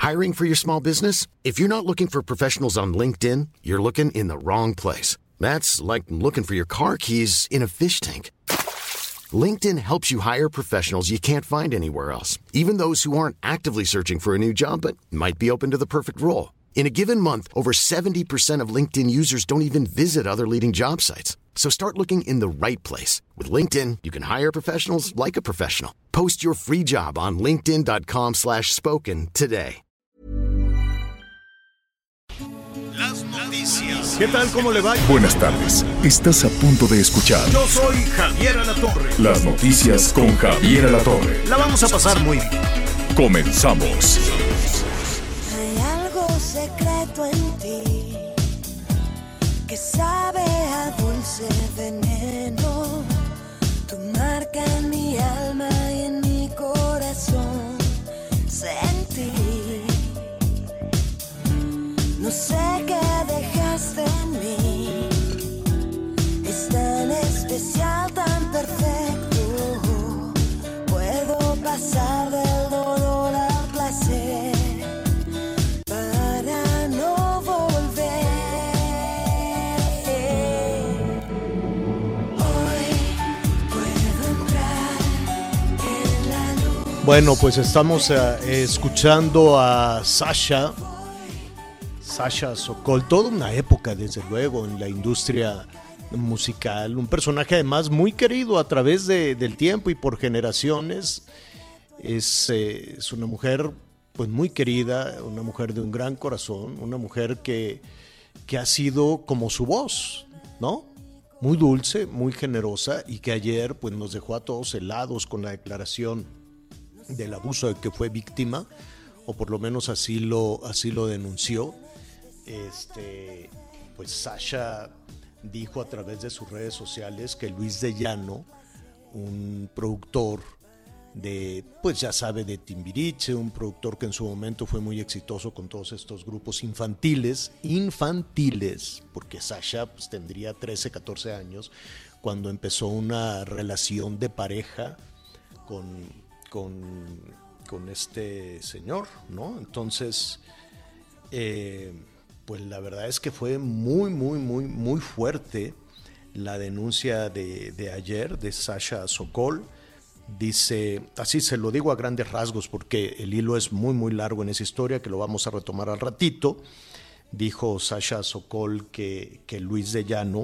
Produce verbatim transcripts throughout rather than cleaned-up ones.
Hiring for your small business? If you're not looking for professionals on LinkedIn, you're looking in the wrong place. That's like looking for your car keys in a fish tank. LinkedIn helps you hire professionals you can't find anywhere else, even those who aren't actively searching for a new job but might be open to the perfect role. In a given month, over seventy percent of LinkedIn users don't even visit other leading job sites. So start looking in the right place. With LinkedIn, you can hire professionals like a professional. Post your free job on linkedin.com slash spoken today. Las noticias. ¿Qué tal? ¿Cómo le va? Buenas tardes. Estás a punto de escuchar. Yo soy Javier Alatorre. Las noticias con Javier Alatorre. La vamos a pasar muy bien. Comenzamos. Hay algo secreto en ti que sabe a dulce veneno. Tu marca en mi alma y en mi corazón. Sentí. No sé qué dejaste en mí. Es tan especial, tan perfecto. Puedo pasar del dolor al placer para no volver. Hoy puedo entrar en la luz. Bueno, pues estamos uh, escuchando a Sasha. Sasha Sokol, toda una época desde luego en la industria musical, un personaje además muy querido a través de, del tiempo y por generaciones. Es, eh, es una mujer pues muy querida, una mujer de un gran corazón, una mujer que, que ha sido como su voz, ¿no? Muy dulce, muy generosa y que ayer pues nos dejó a todos helados con la declaración del abuso de que fue víctima, o por lo menos así lo, así lo denunció. Este, pues Sasha dijo a través de sus redes sociales que Luis de Llano, un productor de, pues ya sabe, de Timbiriche, un productor que en su momento fue muy exitoso con todos estos grupos infantiles, infantiles, porque Sasha pues tendría trece, catorce años cuando empezó una relación de pareja con, con, con este señor, ¿no? Entonces, eh, pues la verdad es que fue muy, muy, muy, muy fuerte la denuncia de, de ayer de Sasha Sokol. Dice, así se lo digo a grandes rasgos porque el hilo es muy, muy largo en esa historia que lo vamos a retomar al ratito. Dijo Sasha Sokol que, que Luis de Llano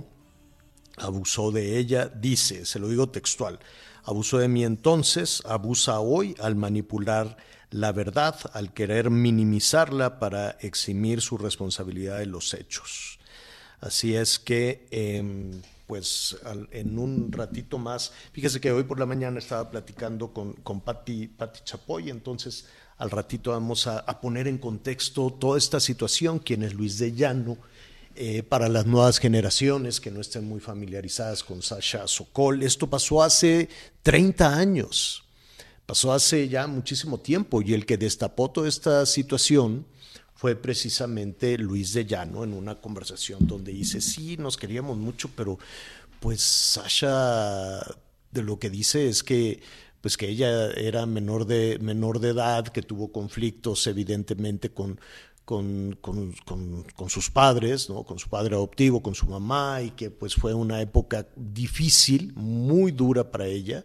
abusó de ella. Dice, se lo digo textual, abusó de mí entonces, abusa hoy al manipular la verdad, al querer minimizarla para eximir su responsabilidad de los hechos. Así es que, eh, pues al, en un ratito más, fíjese que hoy por la mañana estaba platicando con, con Pati, Pati Chapoy, entonces al ratito vamos a, a poner en contexto toda esta situación, quién es Luis de Llano, eh, para las nuevas generaciones que no estén muy familiarizadas con Sasha Sokol. Esto pasó hace treinta años. Pasó hace ya muchísimo tiempo y el que destapó toda esta situación fue precisamente Luis de Llano en una conversación donde dice, sí, nos queríamos mucho, pero pues Sasha de lo que dice es que pues que ella era menor de, menor de edad, que tuvo conflictos evidentemente con, con, con, con, con sus padres, ¿no? Con su padre adoptivo, con su mamá, y que pues fue una época difícil, muy dura para ella,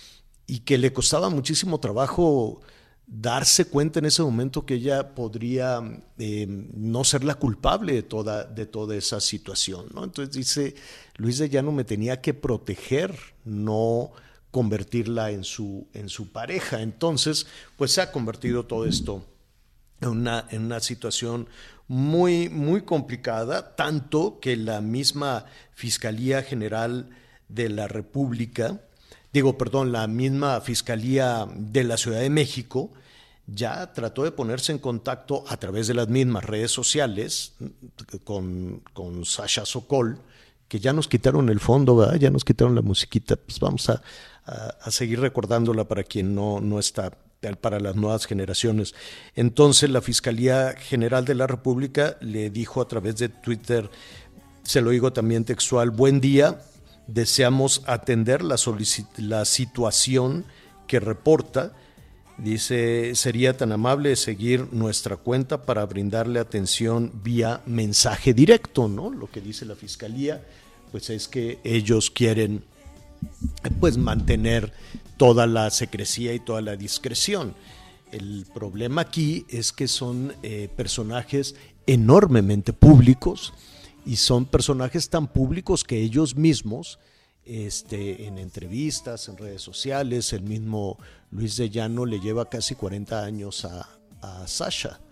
y que le costaba muchísimo trabajo darse cuenta en ese momento que ella podría eh, no ser la culpable de toda, de toda esa situación, ¿no? Entonces dice, Luis de Llano me tenía que proteger, no convertirla en su, en su pareja. Entonces, pues se ha convertido todo esto en una, en una situación muy, muy complicada, tanto que la misma Fiscalía General de la República, digo, perdón, la misma Fiscalía de la Ciudad de México ya trató de ponerse en contacto a través de las mismas redes sociales con, con Sasha Sokol, que ya nos quitaron el fondo, ¿verdad? Ya nos quitaron la musiquita, pues vamos a, a, a seguir recordándola para quien no, no está, para las nuevas generaciones. Entonces la Fiscalía General de la República le dijo a través de Twitter, se lo digo también textual, buen día, deseamos atender la, solic- la situación que reporta. Dice, sería tan amable seguir nuestra cuenta para brindarle atención vía mensaje directo, ¿no? Lo que dice la Fiscalía, pues es que ellos quieren pues mantener toda la secrecía y toda la discreción. El problema aquí es que son eh, personajes enormemente públicos y son personajes tan públicos que ellos mismos Este, en entrevistas, en redes sociales, el mismo Luis de Llano le lleva casi cuarenta años a, a Sasha.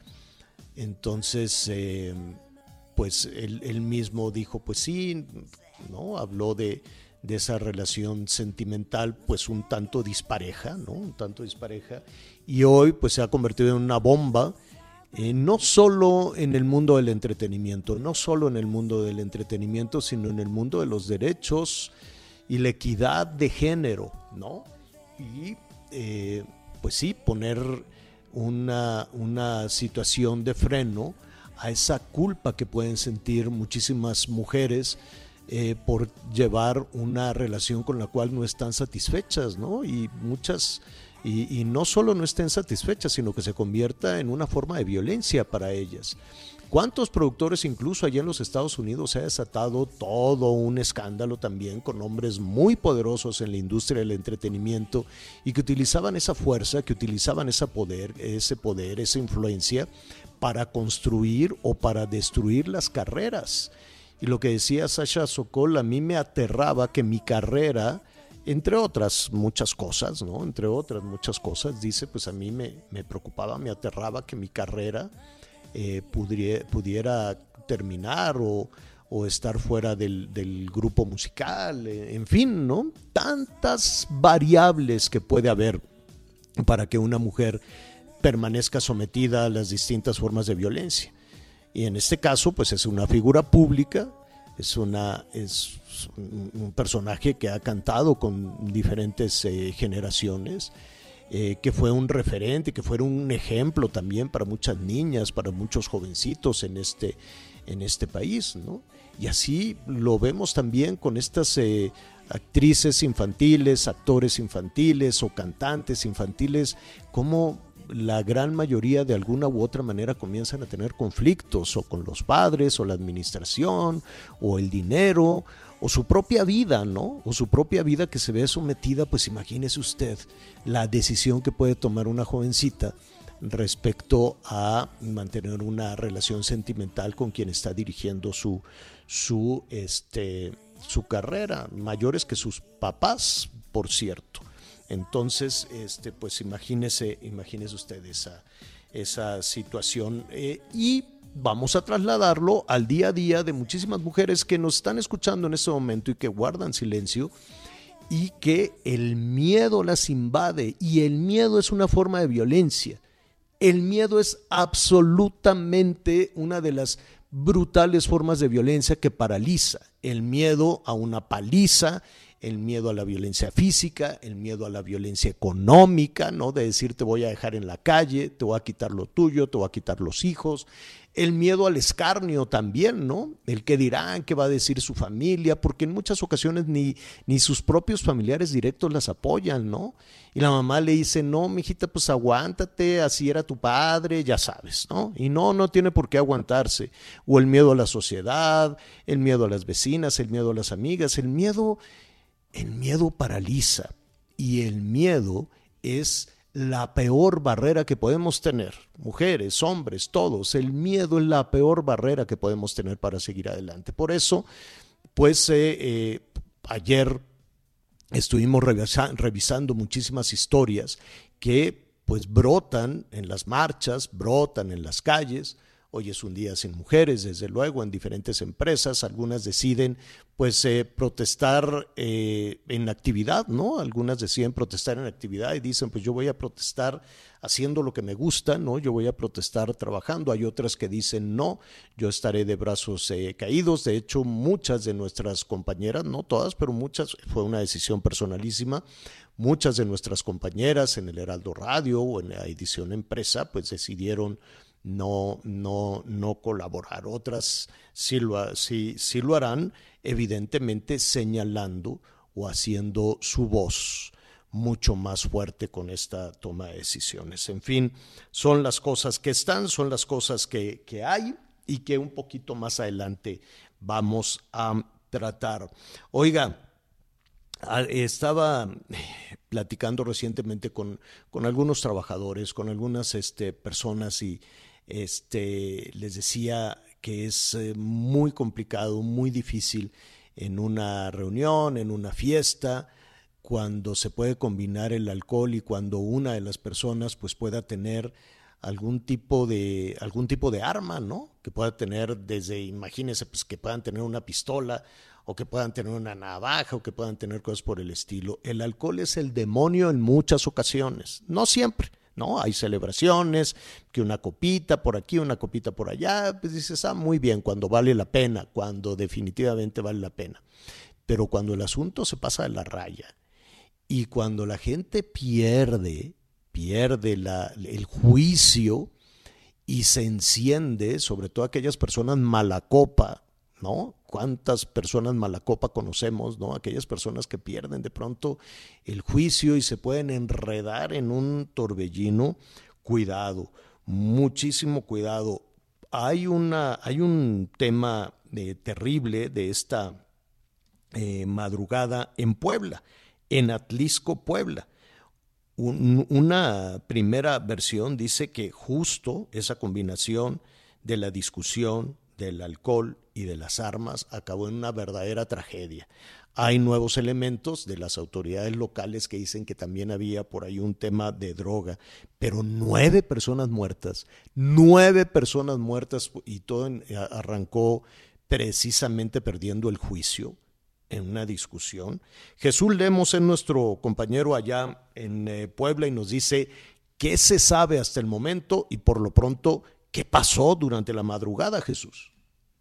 Entonces, eh, pues él, él mismo dijo, pues sí, ¿no? Habló de, de esa relación sentimental, pues un tanto dispareja, ¿no? Un tanto dispareja. Y hoy, pues se ha convertido en una bomba, eh, no solo en el mundo del entretenimiento, no solo en el mundo del entretenimiento, sino en el mundo de los derechos y la equidad de género, ¿no? Y eh, pues sí, poner una, una situación de freno a esa culpa que pueden sentir muchísimas mujeres eh, por llevar una relación con la cual no están satisfechas, ¿no? Y muchas, y, y no solo no estén satisfechas, sino que se convierta en una forma de violencia para ellas. ¿Cuántos productores, incluso allá en los Estados Unidos, se ha desatado todo un escándalo también con hombres muy poderosos en la industria del entretenimiento y que utilizaban esa fuerza, que utilizaban ese poder, ese poder, esa influencia para construir o para destruir las carreras? Y lo que decía Sasha Sokol, a mí me aterraba que mi carrera, entre otras muchas cosas, ¿no? Entre otras muchas cosas, dice, pues a mí me, me preocupaba, me aterraba que mi carrera Eh, pudiera, pudiera terminar o, o estar fuera del, del grupo musical, eh, en fin, ¿no? Tantas variables que puede haber para que una mujer permanezca sometida a las distintas formas de violencia. Y en este caso, pues es una figura pública, es, una, es un, un personaje que ha cantado con diferentes eh, generaciones, Eh, que fue un referente, que fue un ejemplo también para muchas niñas, para muchos jovencitos en este, en este país, ¿no? Y así lo vemos también con estas eh, actrices infantiles, actores infantiles o cantantes infantiles, como la gran mayoría de alguna u otra manera comienzan a tener conflictos o con los padres o la administración o el dinero o su propia vida, ¿no? O su propia vida que se ve sometida, pues imagínese usted la decisión que puede tomar una jovencita respecto a mantener una relación sentimental con quien está dirigiendo su, su, este, su carrera, mayores que sus papás, por cierto. Entonces, este, pues imagínese, imagínese usted esa, esa situación eh, y vamos a trasladarlo al día a día de muchísimas mujeres que nos están escuchando en este momento y que guardan silencio y que el miedo las invade, y el miedo es una forma de violencia. El miedo es absolutamente una de las brutales formas de violencia que paraliza. El miedo a una paliza, el miedo a la violencia física, el miedo a la violencia económica, ¿no? De decir te voy a dejar en la calle, te voy a quitar lo tuyo, te voy a quitar los hijos. El miedo al escarnio también, ¿no? El que dirán, qué va a decir su familia, porque en muchas ocasiones ni, ni sus propios familiares directos las apoyan, ¿no? Y la mamá le dice, no, mijita, pues aguántate, así era tu padre, ya sabes, ¿no? Y no, no tiene por qué aguantarse. O el miedo a la sociedad, el miedo a las vecinas, el miedo a las amigas, el miedo, el miedo paraliza. Y el miedo es la peor barrera que podemos tener, mujeres, hombres, todos. El miedo es la peor barrera que podemos tener para seguir adelante. Por eso, pues eh, eh, ayer estuvimos revisa- revisando muchísimas historias que pues brotan en las marchas, brotan en las calles. Hoy es un día sin mujeres, desde luego, en diferentes empresas. Algunas deciden pues eh, protestar eh, en actividad, ¿no? Algunas deciden protestar en actividad y dicen, pues yo voy a protestar haciendo lo que me gusta, ¿no? Yo voy a protestar trabajando. Hay otras que dicen, no, yo estaré de brazos eh, caídos. De hecho, muchas de nuestras compañeras, no todas, pero muchas, fue una decisión personalísima, muchas de nuestras compañeras en el Heraldo Radio o en la edición Empresa, pues decidieron no, no, no colaborar. Otras sí lo, sí, sí lo harán, evidentemente señalando o haciendo su voz mucho más fuerte con esta toma de decisiones. En fin, son las cosas que están, son las cosas que, que hay y que un poquito más adelante vamos a tratar. Oiga, estaba platicando recientemente con, con algunos trabajadores, con algunas este, personas y este, les decía que es eh, muy complicado, muy difícil en una reunión, en una fiesta, cuando se puede combinar el alcohol y cuando una de las personas pues pueda tener algún tipo de algún tipo de arma, ¿no? Que pueda tener desde, imagínense, pues que puedan tener una pistola o que puedan tener una navaja o que puedan tener cosas por el estilo. El alcohol es el demonio en muchas ocasiones, no siempre, ¿no? Hay celebraciones, que una copita por aquí, una copita por allá, pues dices, ah, muy bien, cuando vale la pena, cuando definitivamente vale la pena. Pero cuando el asunto se pasa de la raya y cuando la gente pierde, pierde la, el juicio y se enciende, sobre todo aquellas personas malacopa, ¿no? ¿Cuántas personas malacopa conocemos, ¿no? Aquellas personas que pierden de pronto el juicio y se pueden enredar en un torbellino. Cuidado, muchísimo cuidado. Hay, una, hay un tema eh, terrible de esta eh, madrugada en Puebla, en Atlisco, Puebla. Un, una primera versión dice que justo esa combinación de la discusión, del alcohol y de las armas acabó en una verdadera tragedia. Hay nuevos elementos de las autoridades locales que dicen que también había por ahí un tema de droga, pero nueve personas muertas, nueve personas muertas y todo en, arrancó precisamente perdiendo el juicio en una discusión. Jesús Lemos es nuestro compañero allá en eh, Puebla y nos dice qué se sabe hasta el momento y por lo pronto qué pasó durante la madrugada, Jesús.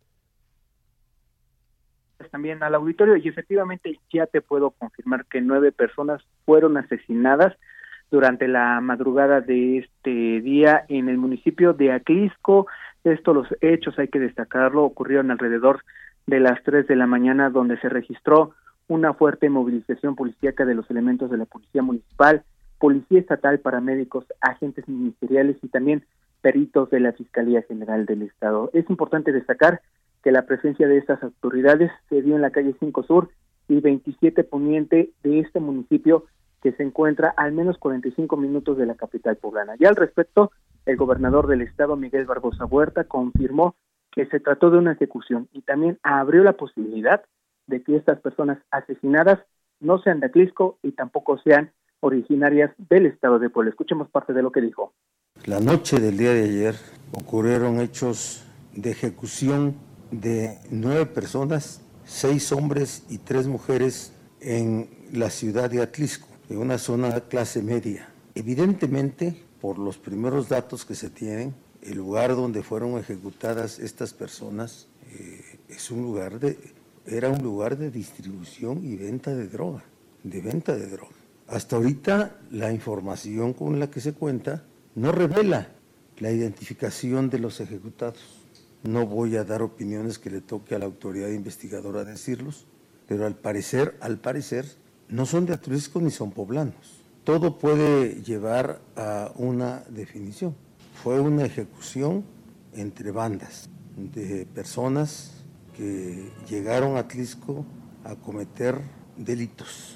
También al auditorio y efectivamente ya te puedo confirmar que nueve personas fueron asesinadas durante la madrugada de este día en el municipio de Atlisco. Estos los hechos, hay que destacarlo, ocurrieron alrededor de las tres de la mañana, donde se registró una fuerte movilización policíaca de los elementos de la Policía Municipal, Policía Estatal, paramédicos, agentes ministeriales y también peritos de la Fiscalía General del Estado. Es importante destacar que la presencia de estas autoridades se dio en la calle cinco Sur y veintisiete Poniente de este municipio, que se encuentra a al menos cuarenta y cinco minutos de la capital poblana. Y al respecto, el gobernador del estado, Miguel Barbosa Huerta, confirmó que se trató de una ejecución y también abrió la posibilidad de que estas personas asesinadas no sean de Atlisco y tampoco sean originarias del estado de Puebla. Escuchemos parte de lo que dijo. La noche del día de ayer ocurrieron hechos de ejecución de nueve personas, seis hombres y tres mujeres en la ciudad de Atlisco, en una zona de clase media. Evidentemente, por los primeros datos que se tienen, el lugar donde fueron ejecutadas estas personas eh, es un lugar de, era un lugar de distribución y venta de droga, de venta de droga. Hasta ahorita la información con la que se cuenta no revela la identificación de los ejecutados. No voy a dar opiniones que le toque a la autoridad investigadora decirlos, pero al parecer, al parecer, no son de Atlisco ni son poblanos. Todo puede llevar a una definición. Fue una ejecución entre bandas de personas que llegaron a Atlisco a cometer delitos.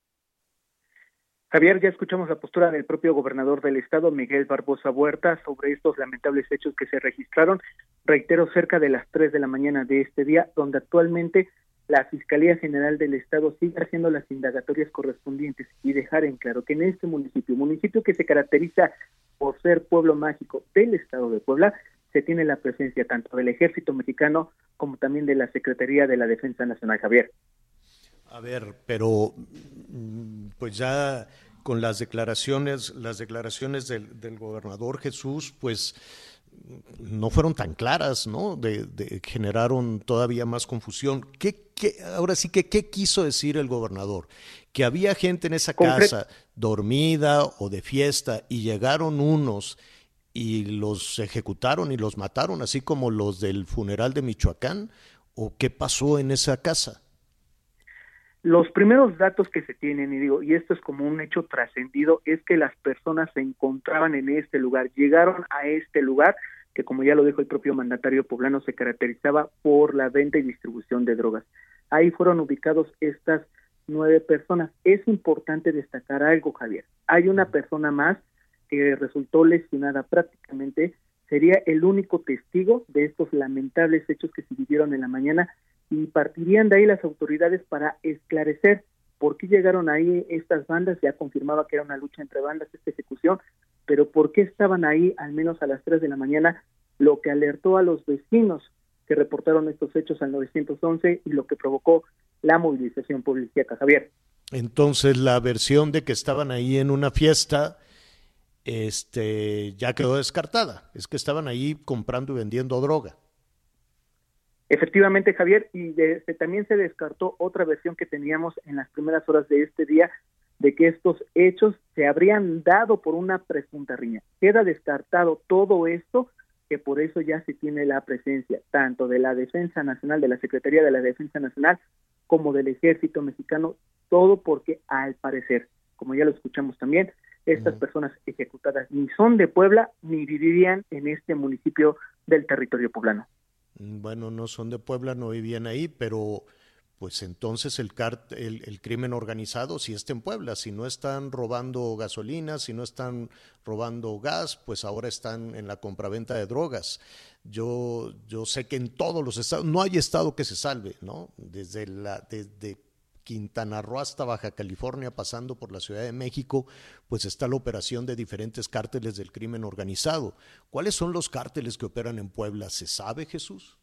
Javier, ya escuchamos la postura del propio gobernador del estado, Miguel Barbosa Huerta, sobre estos lamentables hechos que se registraron, reitero, cerca de las tres de la mañana de este día, donde actualmente la Fiscalía General del Estado sigue haciendo las indagatorias correspondientes y dejar en claro que en este municipio, municipio que se caracteriza por ser pueblo mágico del estado de Puebla, se tiene la presencia tanto del Ejército Mexicano como también de la Secretaría de la Defensa Nacional. Javier. A ver, pero pues ya con las declaraciones, las declaraciones del, del gobernador Jesús, pues no fueron tan claras, ¿no? De, de, generaron todavía más confusión. ¿Qué, qué, ahora sí que, ¿qué quiso decir el gobernador? Que había gente en esa casa dormida o de fiesta y llegaron unos y los ejecutaron y los mataron, así como los del funeral de Michoacán, ¿o qué pasó en esa casa? Los primeros datos que se tienen, y digo, y esto es como un hecho trascendido, es que las personas se encontraban en este lugar, llegaron a este lugar, que como ya lo dijo el propio mandatario poblano, se caracterizaba por la venta y distribución de drogas. Ahí fueron ubicados estas nueve personas. Es importante destacar algo, Javier. Hay una persona más que resultó lesionada prácticamente, sería el único testigo de estos lamentables hechos que se vivieron en la mañana, y partirían de ahí las autoridades para esclarecer por qué llegaron ahí estas bandas. Ya confirmaba que era una lucha entre bandas esta ejecución, pero por qué estaban ahí al menos a las tres de la mañana, lo que alertó a los vecinos que reportaron estos hechos al nueve once y lo que provocó la movilización policíaca, Javier. Entonces la versión de que estaban ahí en una fiesta este, ya quedó descartada, es que estaban ahí comprando y vendiendo droga. Efectivamente, Javier, y de, de, también se descartó otra versión que teníamos en las primeras horas de este día, de que estos hechos se habrían dado por una presunta riña. Queda descartado todo esto, que por eso ya se tiene la presencia tanto de la Defensa Nacional, de la Secretaría de la Defensa Nacional, como del Ejército Mexicano, todo porque al parecer, como ya lo escuchamos también, estas uh-huh. personas ejecutadas ni son de Puebla ni vivirían en este municipio del territorio poblano. Bueno, no son de Puebla, no vivían ahí, pero pues entonces el, cart- el, el crimen organizado sí está en Puebla. Si no están robando gasolina, si no están robando gas, pues ahora están en la compraventa de drogas. Yo, yo sé que en todos los estados, no hay estado que se salve, ¿no? Desde, la, desde Quintana Roo hasta Baja California, pasando por la Ciudad de México, pues está la operación de diferentes cárteles del crimen organizado. ¿Cuáles son los cárteles que operan en Puebla? ¿Se sabe, Jesús?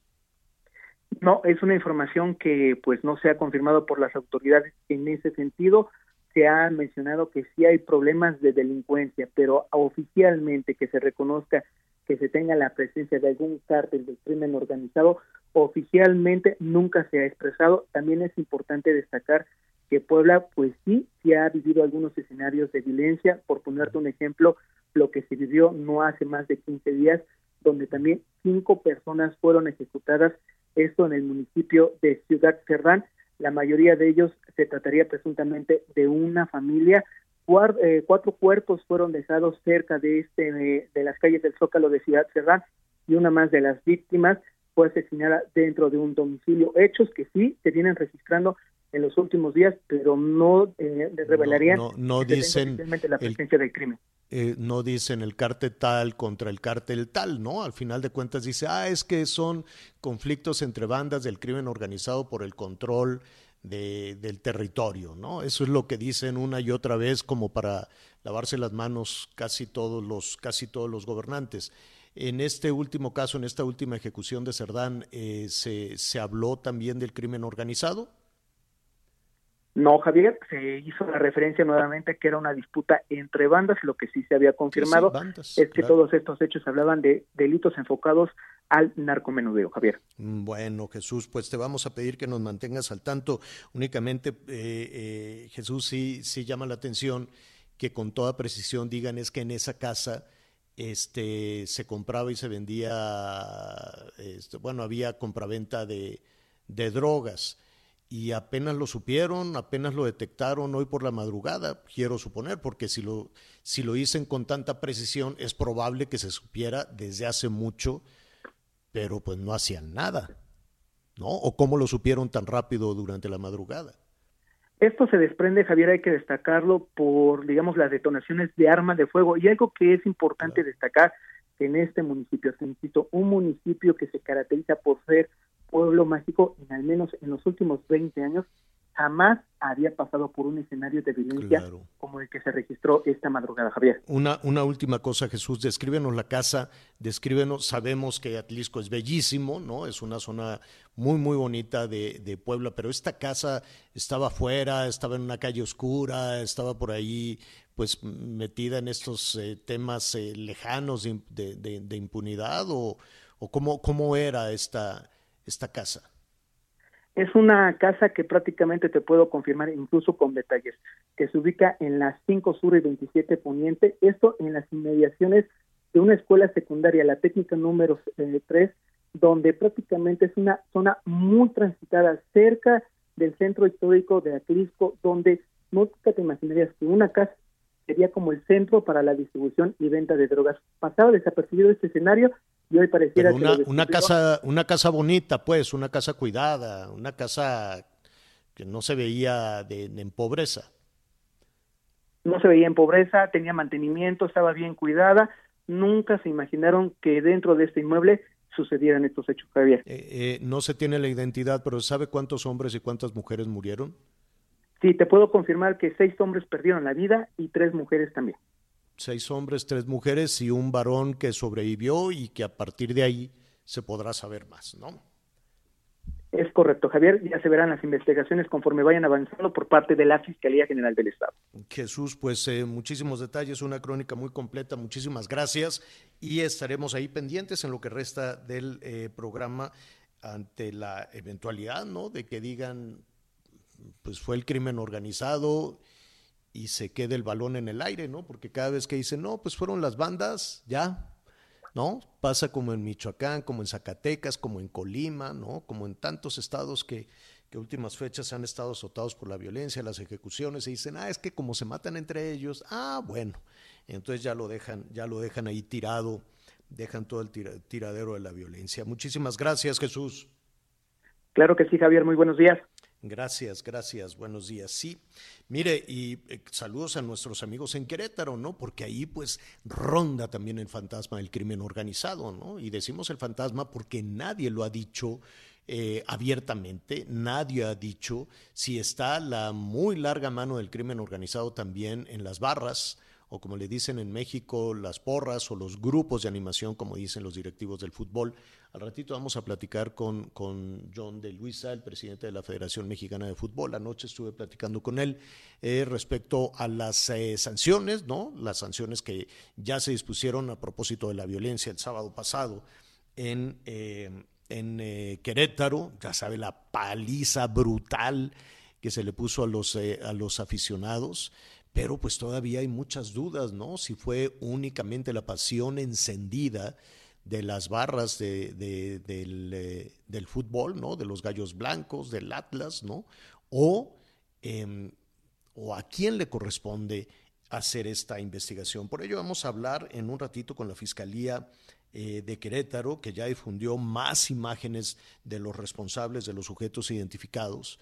No, es una información que pues no se ha confirmado por las autoridades. En ese sentido, se ha mencionado que sí hay problemas de delincuencia, pero oficialmente que se reconozca que se tenga la presencia de algún cártel del crimen organizado, oficialmente nunca se ha expresado. También es importante destacar que Puebla, pues sí, sí ha vivido algunos escenarios de violencia. Por ponerte un ejemplo, lo que se vivió no hace más de quince días, donde también cinco personas fueron ejecutadas, esto en el municipio de Ciudad Cerdán. La mayoría de ellos se trataría presuntamente de una familia. Cuar, eh, cuatro cuerpos fueron dejados cerca de este de, de las calles del Zócalo de Ciudad Cerdán, y una más de las víctimas fue asesinada dentro de un domicilio. Hechos que sí se vienen registrando en los últimos días, pero no eh, revelarían no, no, no dicen la presencia el, del crimen. Eh, no dicen el cártel tal contra el cártel tal, ¿no? Al final de cuentas dice, ah, es que son conflictos entre bandas del crimen organizado por el control de, del territorio, ¿no? Eso es lo que dicen una y otra vez como para lavarse las manos casi todos los, casi todos los gobernantes. En este último caso, en esta última ejecución de Cerdán, eh, ¿se, ¿se habló también del crimen organizado? No, Javier, se hizo la referencia nuevamente que era una disputa entre bandas. Lo que sí se había confirmado sí, sí, bandas, es que claro. Todos estos hechos hablaban de delitos enfocados al narcomenudeo, Javier. Bueno, Jesús, pues te vamos a pedir que nos mantengas al tanto. Únicamente, eh, eh, Jesús, sí, sí llama la atención que con toda precisión digan es que en esa casa este, se compraba y se vendía, este, bueno, había compraventa de, de drogas. Y apenas lo supieron, apenas lo detectaron hoy por la madrugada, quiero suponer, porque si lo, si lo dicen con tanta precisión, es probable que se supiera desde hace mucho, pero pues no hacían nada, ¿no? ¿O cómo lo supieron tan rápido durante la madrugada? Esto se desprende, Javier, hay que destacarlo por, digamos, las detonaciones de armas de fuego. Y algo que es importante claro. destacar en este municipio, se insisto, un municipio que se caracteriza por ser pueblo mágico, en al menos en los últimos veinte años, jamás había pasado por un escenario de violencia claro. como el que se registró esta madrugada, Javier. Una, una última cosa, Jesús, descríbenos la casa, descríbenos, sabemos que Atlisco es bellísimo, ¿no? Es una zona muy, muy bonita de, de Puebla, pero esta casa estaba afuera, estaba en una calle oscura, estaba por ahí, pues, metida en estos eh, temas eh, lejanos de, de, de, de impunidad, o, o cómo, cómo era esta... esta casa? Es una casa que prácticamente te puedo confirmar, incluso con detalles, que se ubica en las cinco Sur y veintisiete Poniente, esto en las inmediaciones de una escuela secundaria, la técnica número eh, tres, donde prácticamente es una zona muy transitada, cerca del centro histórico de Atlisco, donde nunca te imaginarías que una casa sería como el centro para la distribución y venta de drogas. Pasaba desapercibido este escenario y hoy pareciera Pero una, que lo una descubrieron. casa, una casa bonita, pues, una casa cuidada, una casa que no se veía de, de- en pobreza. No se veía en pobreza, tenía mantenimiento, estaba bien cuidada. Nunca se imaginaron que dentro de este inmueble sucedieran estos hechos, Javier. Eh, eh, no se tiene la identidad, pero ¿sabe cuántos hombres y cuántas mujeres murieron? Sí, te puedo confirmar que seis hombres perdieron la vida y tres mujeres también. Seis hombres, tres mujeres y un varón que sobrevivió y que a partir de ahí se podrá saber más, ¿no? Es correcto, Javier. Ya se verán las investigaciones conforme vayan avanzando por parte de la Fiscalía General del Estado. Jesús, pues eh, muchísimos detalles, una crónica muy completa, muchísimas gracias y estaremos ahí pendientes en lo que resta del eh, programa ante la eventualidad, ¿no? De que digan, pues fue el crimen organizado y se quede el balón en el aire, ¿no? Porque cada vez que dicen, no, pues fueron las bandas, ya, ¿no? Pasa como en Michoacán, como en Zacatecas, como en Colima, ¿no? Como en tantos estados que, que últimas fechas han estado azotados por la violencia, las ejecuciones, y dicen, ah, es que como se matan entre ellos, ah, bueno, entonces ya lo dejan, ya lo dejan ahí tirado, dejan todo el tira, tiradero de la violencia. Muchísimas gracias, Jesús. Claro que sí, Javier. Muy buenos días. Gracias, gracias, buenos días. Sí, mire, y eh, saludos a nuestros amigos en Querétaro, ¿no? Porque ahí pues ronda también el fantasma del crimen organizado, ¿no? Y decimos el fantasma porque nadie lo ha dicho eh, abiertamente, nadie ha dicho si está la muy larga mano del crimen organizado también en las barras, o como le dicen en México, las porras o los grupos de animación, como dicen los directivos del fútbol. Al ratito vamos a platicar con, con John de Luisa, el presidente de la Federación Mexicana de Fútbol. Anoche estuve platicando con él eh, respecto a las eh, sanciones, ¿no? Las sanciones que ya se dispusieron a propósito de la violencia el sábado pasado en, eh, en eh, Querétaro. Ya sabe, la paliza brutal que se le puso a los, eh, a los aficionados. Pero pues todavía hay muchas dudas, ¿no? Si fue únicamente la pasión encendida de las barras de, de, del, eh, del fútbol, ¿no? De los Gallos Blancos, del Atlas, ¿no? O, eh, o a quién le corresponde hacer esta investigación. Por ello vamos a hablar en un ratito con la Fiscalía eh, de Querétaro, que ya difundió más imágenes de los responsables, de los sujetos identificados,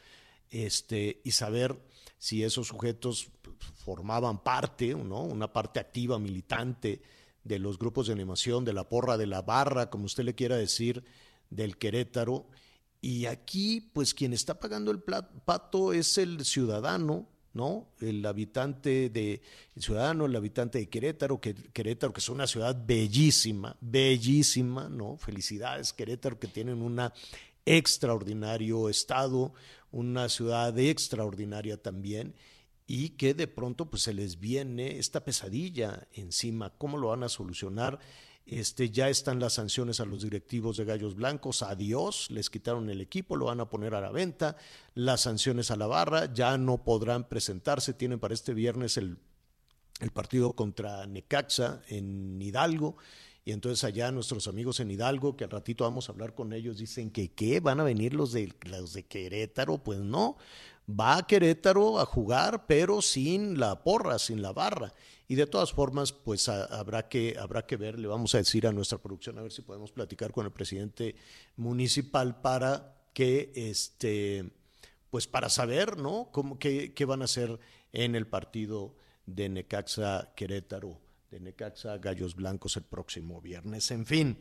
este, y saber si esos sujetos formaban parte, ¿no? Una parte activa, militante de los grupos de animación, de la porra, de la barra, como usted le quiera decir, del Querétaro. Y aquí, pues quien está pagando el pato es el ciudadano, ¿no? El habitante de, el ciudadano, el habitante de Querétaro, que Querétaro, que es una ciudad bellísima, bellísima, ¿no? Felicidades, Querétaro, que tienen un extraordinario estado, una ciudad extraordinaria también, y que de pronto pues se les viene esta pesadilla encima. ¿Cómo lo van a solucionar? Este, ya están las sanciones a los directivos de Gallos Blancos, adiós, les quitaron el equipo, lo van a poner a la venta. Las sanciones a la barra, ya no podrán presentarse, tienen para este viernes el, el partido contra Necaxa en Hidalgo. Y entonces allá nuestros amigos en Hidalgo, que al ratito vamos a hablar con ellos, dicen que ¿qué? ¿Van a venir los de, los de Querétaro? Pues no, va a Querétaro a jugar, pero sin la porra, sin la barra. Y de todas formas, pues a, habrá, que, habrá que ver, le vamos a decir a nuestra producción, a ver si podemos platicar con el presidente municipal para que, este, pues para saber, ¿no? Cómo, qué, qué van a hacer en el partido de Necaxa Querétaro, de Necaxa Gallos Blancos el próximo viernes. En fin,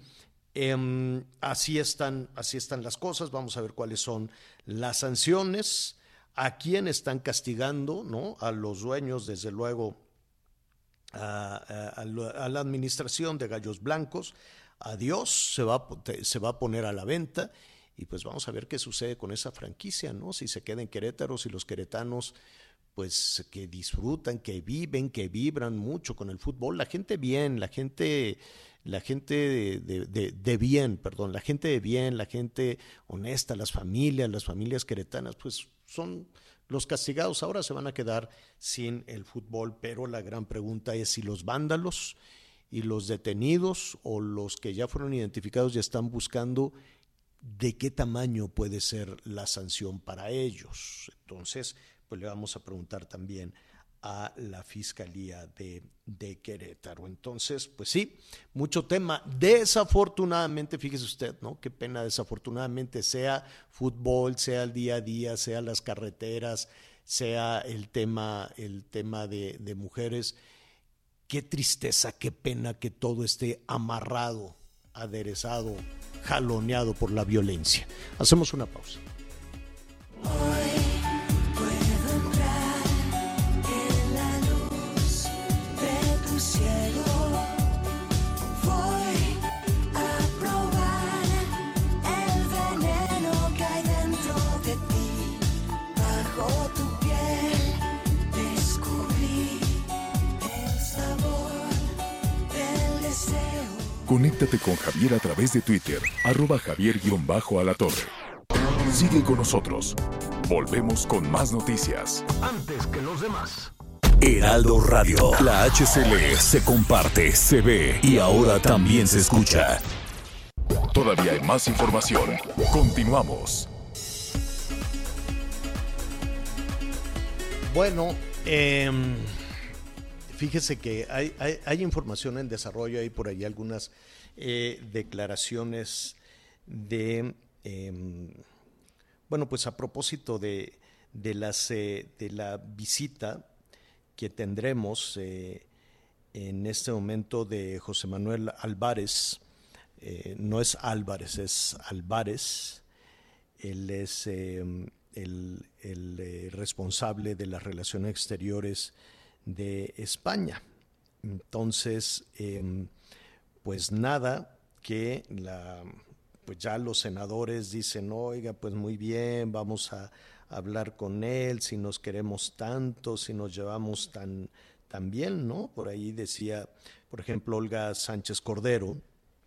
eh, así están, así están las cosas. Vamos a ver cuáles son las sanciones, a quién están castigando, ¿no? A los dueños, desde luego, a, a, a la administración de Gallos Blancos. Adiós, se va, se va a poner a la venta. Y pues vamos a ver qué sucede con esa franquicia, ¿no? Si se queda en Querétaro, si los queretanos pues que disfrutan, que viven, que vibran mucho con el fútbol, la gente bien, la gente, la gente de, de, de, de bien, perdón, la gente de bien, la gente honesta, las familias, las familias queretanas, pues son los castigados. Ahora se van a quedar sin el fútbol, pero la gran pregunta es si los vándalos y los detenidos o los que ya fueron identificados ya están buscando de qué tamaño puede ser la sanción para ellos. Entonces, pues le vamos a preguntar también a la Fiscalía de, de Querétaro. Entonces, pues sí, mucho tema. Desafortunadamente, fíjese usted, ¿no? Qué pena, desafortunadamente, sea fútbol, sea el día a día, sea las carreteras, sea el tema, el tema de, de mujeres. Qué tristeza, qué pena que todo esté amarrado, aderezado, jaloneado por la violencia. Hacemos una pausa. Hoy puedo entrar en la luz de tu cielo. Voy a probar el veneno que hay dentro de ti. Bajo tu piel descubrí el sabor del deseo. Conéctate con Javier a través de Twitter, arroba Javier-Alatorre. Sigue con nosotros. Volvemos con más noticias. Antes que los demás. Heraldo Radio. La H C L se comparte, se ve y ahora también se escucha. Todavía hay más información. Continuamos. Bueno, eh, fíjese que hay, hay, hay información en desarrollo, hay por ahí algunas eh, declaraciones de, eh, bueno, pues a propósito de, de, las, eh, de la visita que tendremos eh, en este momento de José Manuel Álvarez, eh, no es Álvarez, es Álvarez, él es eh, el, el eh, responsable de las relaciones exteriores de España. Entonces, eh, pues nada, que la, pues ya los senadores dicen, oiga, pues muy bien, vamos a hablar con él, si nos queremos tanto, si nos llevamos tan, tan bien, ¿no? Por ahí decía, por ejemplo, Olga Sánchez Cordero,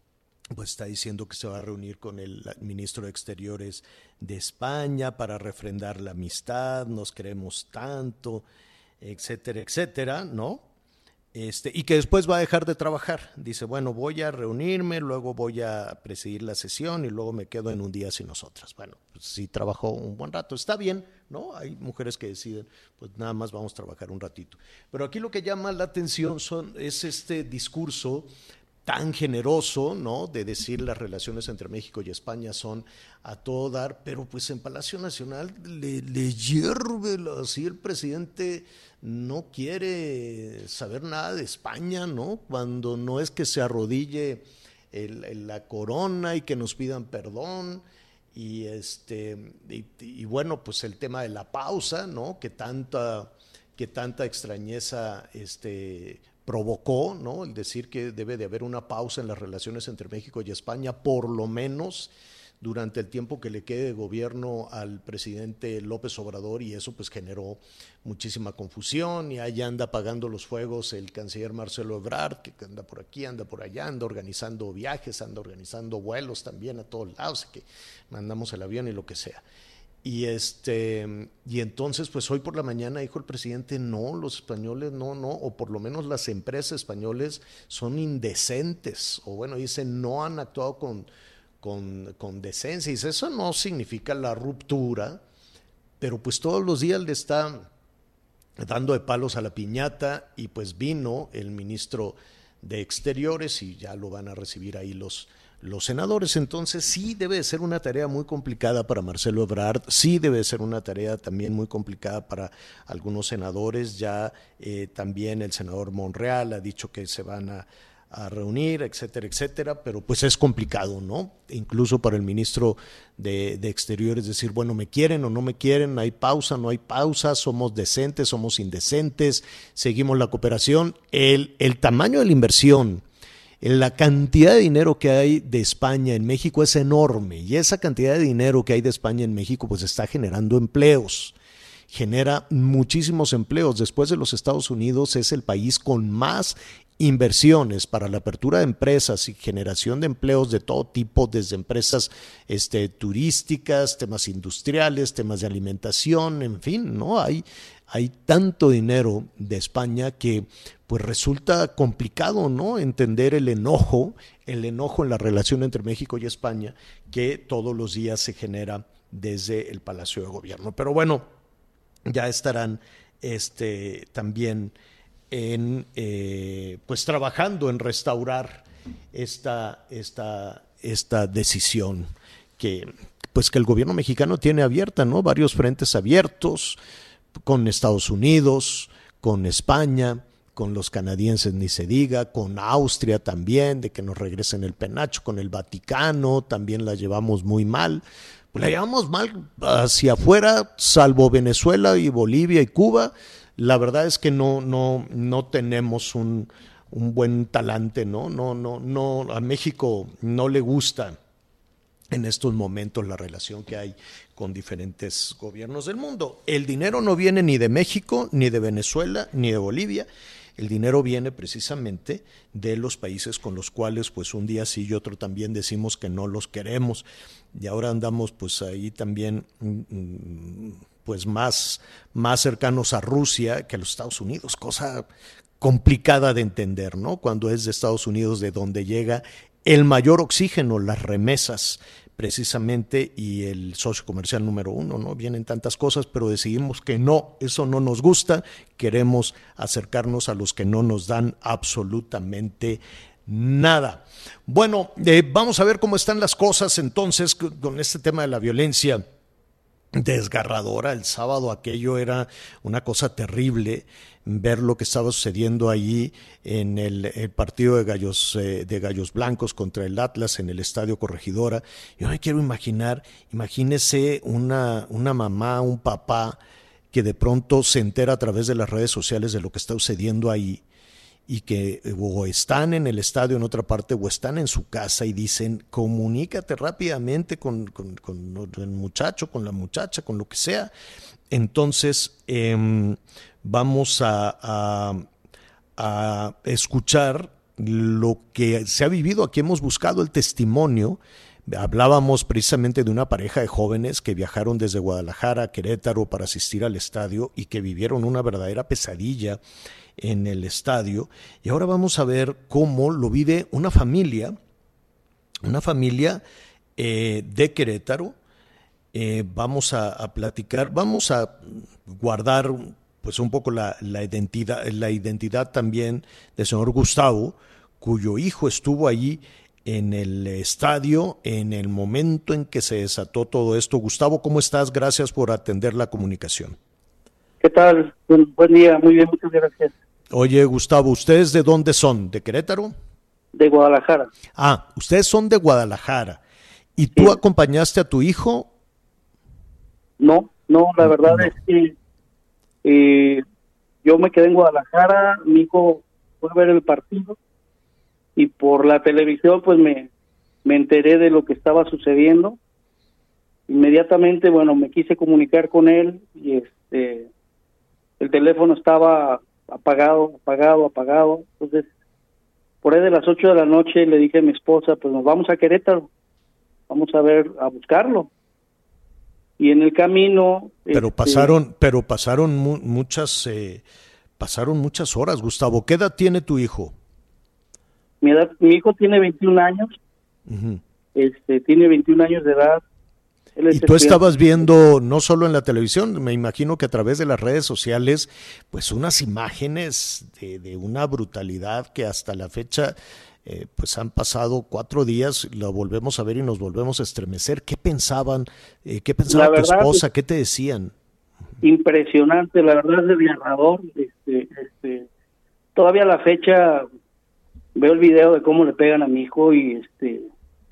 pues está diciendo que se va a reunir con el ministro de Exteriores de España para refrendar la amistad, nos queremos tanto, etcétera, etcétera, ¿no? Este, y que después va a dejar de trabajar. Dice, bueno, voy a reunirme, luego voy a presidir la sesión y luego me quedo en un día sin nosotras. Bueno, pues sí trabajó un buen rato, está bien, ¿no? Hay mujeres que deciden, pues nada más vamos a trabajar un ratito. Pero aquí lo que llama la atención son, es este discurso tan generoso, ¿no? De decir las relaciones entre México y España son a todo dar, pero pues en Palacio Nacional le, le hierve, así el presidente no quiere saber nada de España, ¿no? Cuando no es que se arrodille el, el, la corona y que nos pidan perdón, y este y, y bueno, pues el tema de la pausa, ¿no? Que tanta, que tanta extrañeza este provocó, ¿no? El decir que debe de haber una pausa en las relaciones entre México y España, por lo menos durante el tiempo que le quede de gobierno al presidente López Obrador, y eso pues generó muchísima confusión, y ahí anda apagando los fuegos el canciller Marcelo Ebrard, que anda por aquí, anda por allá, anda organizando viajes, anda organizando vuelos también a todos lados, que mandamos el avión y lo que sea. Y este y entonces pues hoy por la mañana dijo el presidente, no, los españoles no, no, o por lo menos las empresas españoles son indecentes, o bueno, dice, no han actuado con, con, con decencia. Y dice, eso no significa la ruptura, pero pues todos los días le está dando de palos a la piñata, y pues vino el ministro de Exteriores y ya lo van a recibir ahí los los senadores. Entonces sí debe de ser una tarea muy complicada para Marcelo Ebrard, sí debe de ser una tarea también muy complicada para algunos senadores. Ya eh, también el senador Monreal ha dicho que se van a, a reunir, etcétera, etcétera, pero pues es complicado, ¿no? Incluso para el ministro de, de Exteriores decir, bueno, ¿me quieren o no me quieren? ¿Hay pausa, no hay pausa? ¿Somos decentes, somos indecentes? ¿Seguimos la cooperación? El, el tamaño de la inversión, la cantidad de dinero que hay de España en México es enorme, y esa cantidad de dinero que hay de España en México pues está generando empleos, genera muchísimos empleos. Después de los Estados Unidos es el país con más inversiones para la apertura de empresas y generación de empleos de todo tipo, desde empresas este, turísticas, temas industriales, temas de alimentación, en fin, ¿no? Hay, hay tanto dinero de España que pues resulta complicado, ¿no?, entender el enojo, el enojo en la relación entre México y España que todos los días se genera desde el Palacio de Gobierno. Pero bueno, ya estarán este, también en, eh, pues trabajando en restaurar esta, esta, esta decisión que, pues que el gobierno mexicano tiene abierta, ¿no? Varios frentes abiertos con Estados Unidos, con España, con los canadienses ni se diga, con Austria también, de que nos regresen el penacho, con el Vaticano también la llevamos muy mal. Pues la llevamos mal hacia afuera, salvo Venezuela y Bolivia y Cuba. La verdad es que no, no, no tenemos un, un buen talante, ¿no? No, no, no, a México no le gusta en estos momentos la relación que hay con diferentes gobiernos del mundo. El dinero no viene ni de México, ni de Venezuela, ni de Bolivia. El dinero viene precisamente de los países con los cuales pues un día sí y otro también decimos que no los queremos. Y ahora andamos pues ahí también pues más, más cercanos a Rusia que a los Estados Unidos, cosa complicada de entender, ¿no? Cuando es de Estados Unidos de donde llega el mayor oxígeno, las remesas precisamente, y el socio comercial número uno, ¿no? Vienen tantas cosas, pero decidimos que no, eso no nos gusta, queremos acercarnos a los que no nos dan absolutamente nada. Bueno, eh, vamos a ver cómo están las cosas entonces con este tema de la violencia desgarradora. El sábado aquello era una cosa terrible, ver lo que estaba sucediendo allí en el, el partido de Gallos, eh, de Gallos Blancos contra el Atlas en el Estadio Corregidora. Yo me quiero imaginar, imagínese una, una mamá, un papá que de pronto se entera a través de las redes sociales de lo que está sucediendo ahí, y que o están en el estadio en otra parte o están en su casa y dicen, comunícate rápidamente con, con, con el muchacho, con la muchacha, con lo que sea. Entonces eh, vamos a, a, a escuchar lo que se ha vivido. Aquí hemos buscado el testimonio. Hablábamos precisamente de una pareja de jóvenes que viajaron desde Guadalajara a Querétaro para asistir al estadio y que vivieron una verdadera pesadilla en el estadio. Y ahora vamos a ver cómo lo vive una familia, una familia eh, de Querétaro. Eh, vamos a, a platicar, vamos a guardar pues un poco la, la identidad, la identidad también del señor Gustavo, cuyo hijo estuvo allí en el estadio en el momento en que se desató todo esto. Gustavo, ¿cómo estás? Gracias por atender la comunicación. ¿Qué tal? Buen, buen día, muy bien, muchas gracias. Oye, Gustavo, ¿ustedes de dónde son? ¿De Querétaro? De Guadalajara. Ah, ustedes son de Guadalajara. ¿Y tú sí acompañaste a tu hijo? No, no, la verdad no. es que eh, yo me quedé en Guadalajara, mi hijo fue a ver el partido y por la televisión pues me, me enteré de lo que estaba sucediendo. Inmediatamente, bueno, me quise comunicar con él y este el teléfono estaba apagado, apagado, apagado. Entonces, por ahí de las ocho de la noche le dije a mi esposa, pues nos vamos a Querétaro, vamos a ver, a buscarlo. Y en el camino... Pero este, pasaron, pero pasaron mu muchas, eh, pasaron muchas horas, Gustavo. ¿Qué edad tiene tu hijo? Mi edad, mi hijo tiene veintiún años, uh-huh. este, tiene veintiún años de edad. Y tú estabas viendo, no solo en la televisión, me imagino que a través de las redes sociales, pues unas imágenes de, de una brutalidad que hasta la fecha, eh, pues han pasado cuatro días, lo volvemos a ver y nos volvemos a estremecer. ¿Qué pensaban? Eh, ¿Qué pensaba tu esposa? ¿Qué te decían? Impresionante, la verdad es desgarrador. Este, este, todavía a la fecha veo el video de cómo le pegan a mi hijo y este...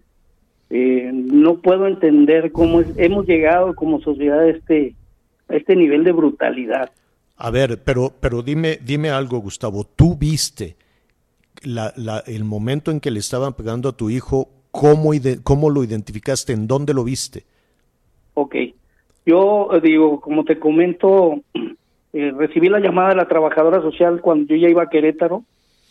Eh, no puedo entender cómo es, hemos llegado como sociedad a este, a este nivel de brutalidad. A ver, pero, pero dime, dime algo, Gustavo. ¿Tú viste la, la, el momento en que le estaban pegando a tu hijo? ¿Cómo, cómo lo identificaste? ¿En dónde lo viste? Ok. Yo digo, como te comento, eh, recibí la llamada de la trabajadora social cuando yo ya iba a Querétaro,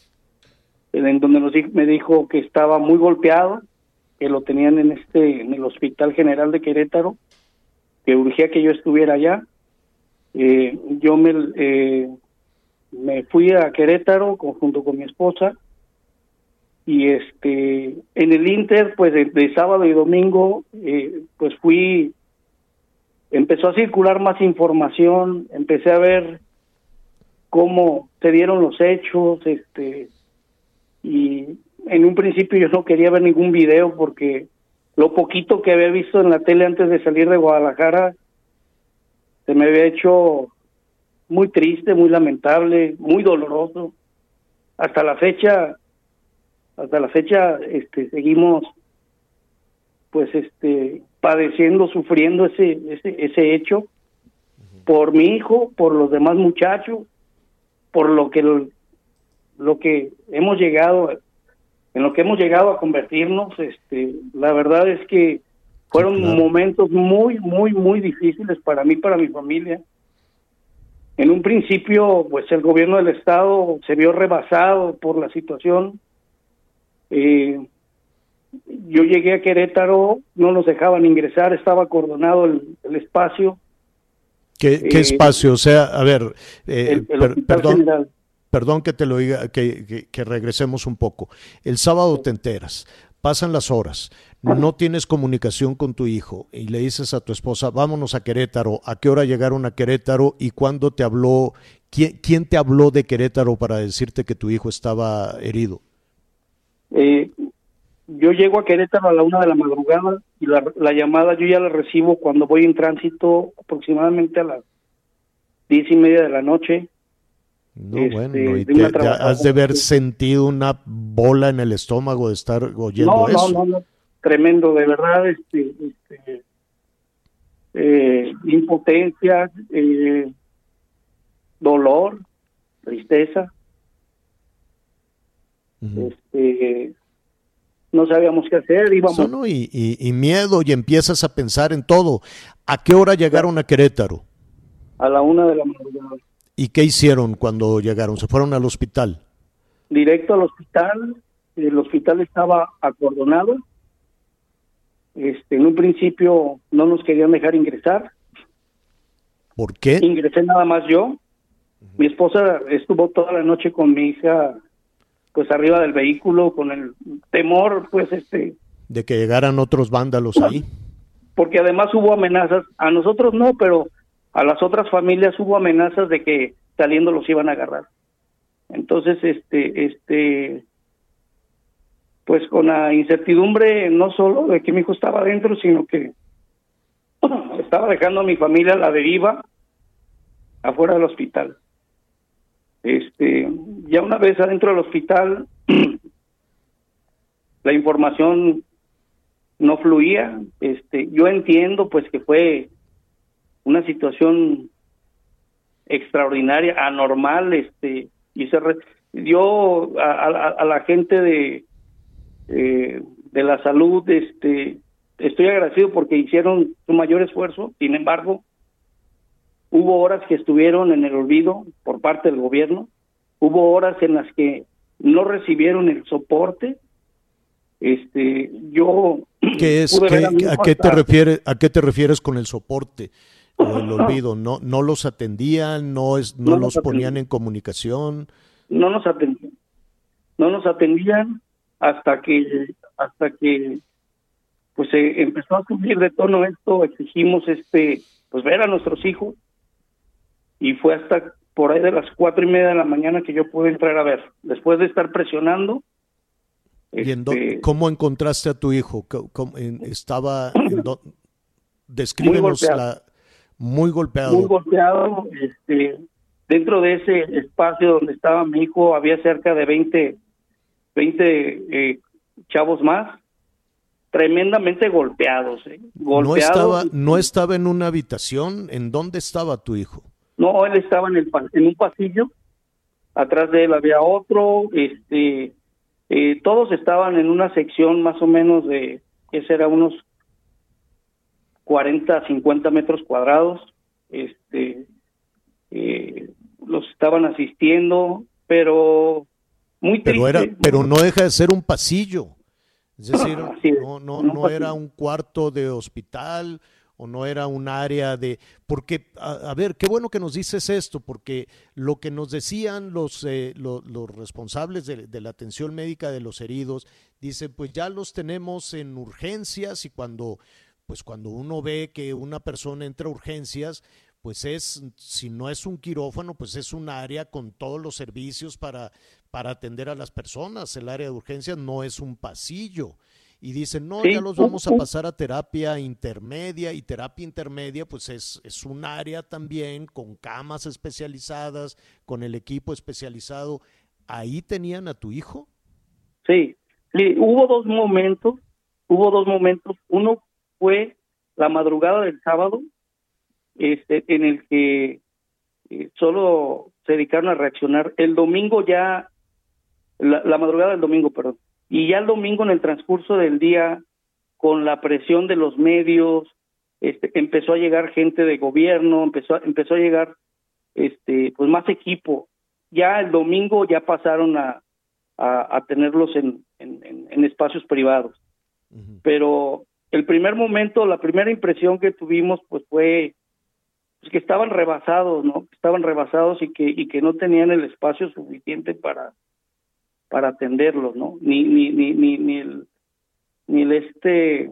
en donde nos, me dijo que estaba muy golpeado, que lo tenían en este en el Hospital General de Querétaro, que urgía que yo estuviera allá. Eh, yo me, eh, me fui a Querétaro con, junto con mi esposa y este en el Inter, pues de, de sábado y domingo, eh, pues fui, empezó a circular más información, empecé a ver cómo se dieron los hechos, este y en un principio yo no quería ver ningún video porque lo poquito que había visto en la tele antes de salir de Guadalajara se me había hecho muy triste, muy lamentable, muy doloroso. Hasta la fecha, hasta la fecha, este, seguimos, pues, este, padeciendo, sufriendo ese, ese, ese hecho por mi hijo, por los demás muchachos, por lo que lo, lo que hemos llegado, en lo que hemos llegado a convertirnos. Este, la verdad es que fueron sí, claro. momentos muy, muy, muy difíciles para mí, para mi familia. En un principio, pues el gobierno del estado se vio rebasado por la situación. Eh, yo llegué a Querétaro, no nos dejaban ingresar, estaba acordonado el, el espacio. ¿Qué, qué eh, espacio? O sea, a ver, eh, el, el per, perdón, general. perdón que te lo diga, que, que, que regresemos un poco. El sábado te enteras, pasan las horas, no tienes comunicación con tu hijo y le dices a tu esposa, vámonos a Querétaro. ¿A qué hora llegaron a Querétaro y cuándo te habló? ¿Quién, quién te habló de Querétaro para decirte que tu hijo estaba herido? Eh, yo llego a Querétaro a la una de la madrugada y la, la llamada yo ya la recibo cuando voy en tránsito aproximadamente a las diez y media de la noche. No, este, bueno, y te, te has de haber sentido una bola en el estómago de estar oyendo no, eso. No, no, no, tremendo, de verdad, este, este eh, impotencia, eh, dolor, tristeza. Uh-huh. Este, no sabíamos qué hacer, íbamos. Eso, ¿no? y, y, y miedo, y empiezas a pensar en todo. ¿A qué hora llegaron a Querétaro? A la una de la madrugada. ¿Y qué hicieron cuando llegaron? ¿Se fueron al hospital? Directo al hospital. El hospital estaba acordonado. Este, en un principio no nos querían dejar ingresar. ¿Por qué? Ingresé nada más yo. Uh-huh. Mi esposa estuvo toda la noche con mi hija, pues arriba del vehículo, con el temor, pues este... de que llegaran otros vándalos ahí. Porque además hubo amenazas, a nosotros no, pero a las otras familias hubo amenazas de que saliendo los iban a agarrar. Entonces, este, este, pues con la incertidumbre no solo de que mi hijo estaba adentro, sino que estaba dejando a mi familia a la deriva afuera del hospital. Este, ya una vez adentro del hospital, la información no fluía. Este, yo entiendo pues que fue una situación extraordinaria, anormal, este, y se re, dio a, a, a la gente de eh, de la salud, este, estoy agradecido porque hicieron su mayor esfuerzo. Sin embargo, hubo horas que estuvieron en el olvido por parte del gobierno, hubo horas en las que no recibieron el soporte. Este, yo ¿Qué es? ¿Qué, a, ¿A qué te refieres? ¿A qué te refieres con el soporte o el olvido? ¿No, no los atendían? ¿No es, no, no los ponían atendían. en comunicación? No nos atendían, no nos atendían hasta que hasta que pues se empezó a subir de tono esto. Exigimos este pues ver a nuestros hijos y fue hasta por ahí de las cuatro y media de la mañana que yo pude entrar a ver, después de estar presionando. ¿Y en este, ¿Cómo encontraste a tu hijo? ¿Cómo, en, estaba en do, descríbenos muy la muy golpeado. Muy golpeado, este, dentro de ese espacio donde estaba mi hijo había cerca de veinte, veinte eh, chavos más, tremendamente golpeados, eh, golpeados. No estaba, no estaba en una habitación. ¿En dónde estaba tu hijo? No, él estaba en el en un pasillo. Atrás de él había otro, este. Eh, todos estaban en una sección más o menos de, que será unos cuarenta, cincuenta metros cuadrados. Este, eh, los estaban asistiendo, pero muy triste. Pero, era, pero no deja de ser un pasillo. Es decir, sí, no, no, no era un cuarto de hospital o no era un área de... Porque, a, a ver, qué bueno que nos dices esto, porque lo que nos decían los, eh, lo, los responsables de, de la atención médica de los heridos, dicen, pues ya los tenemos en urgencias y cuando, pues cuando uno ve que una persona entra a urgencias, pues es, si no es un quirófano, pues es un área con todos los servicios para, para atender a las personas. El área de urgencias no es un pasillo. Y dicen, no, sí, ya los vamos a pasar a terapia intermedia, y terapia intermedia pues es, es un área también con camas especializadas, con el equipo especializado. ¿Ahí tenían a tu hijo? Sí, sí, hubo dos momentos, hubo dos momentos. Uno fue la madrugada del sábado, este, en el que eh, solo se dedicaron a reaccionar. El domingo ya, la, la madrugada del domingo, perdón, y ya el domingo en el transcurso del día, con la presión de los medios, este, empezó a llegar gente de gobierno, empezó a, empezó a llegar este, pues más equipo. Ya el domingo ya pasaron a, a, a tenerlos en, en, en espacios privados. Uh-huh. Pero el primer momento, la primera impresión que tuvimos pues fue pues, que estaban rebasados, ¿no? Estaban rebasados y que y que no tenían el espacio suficiente para para atenderlos, ¿no? Ni ni ni ni, ni el ni el este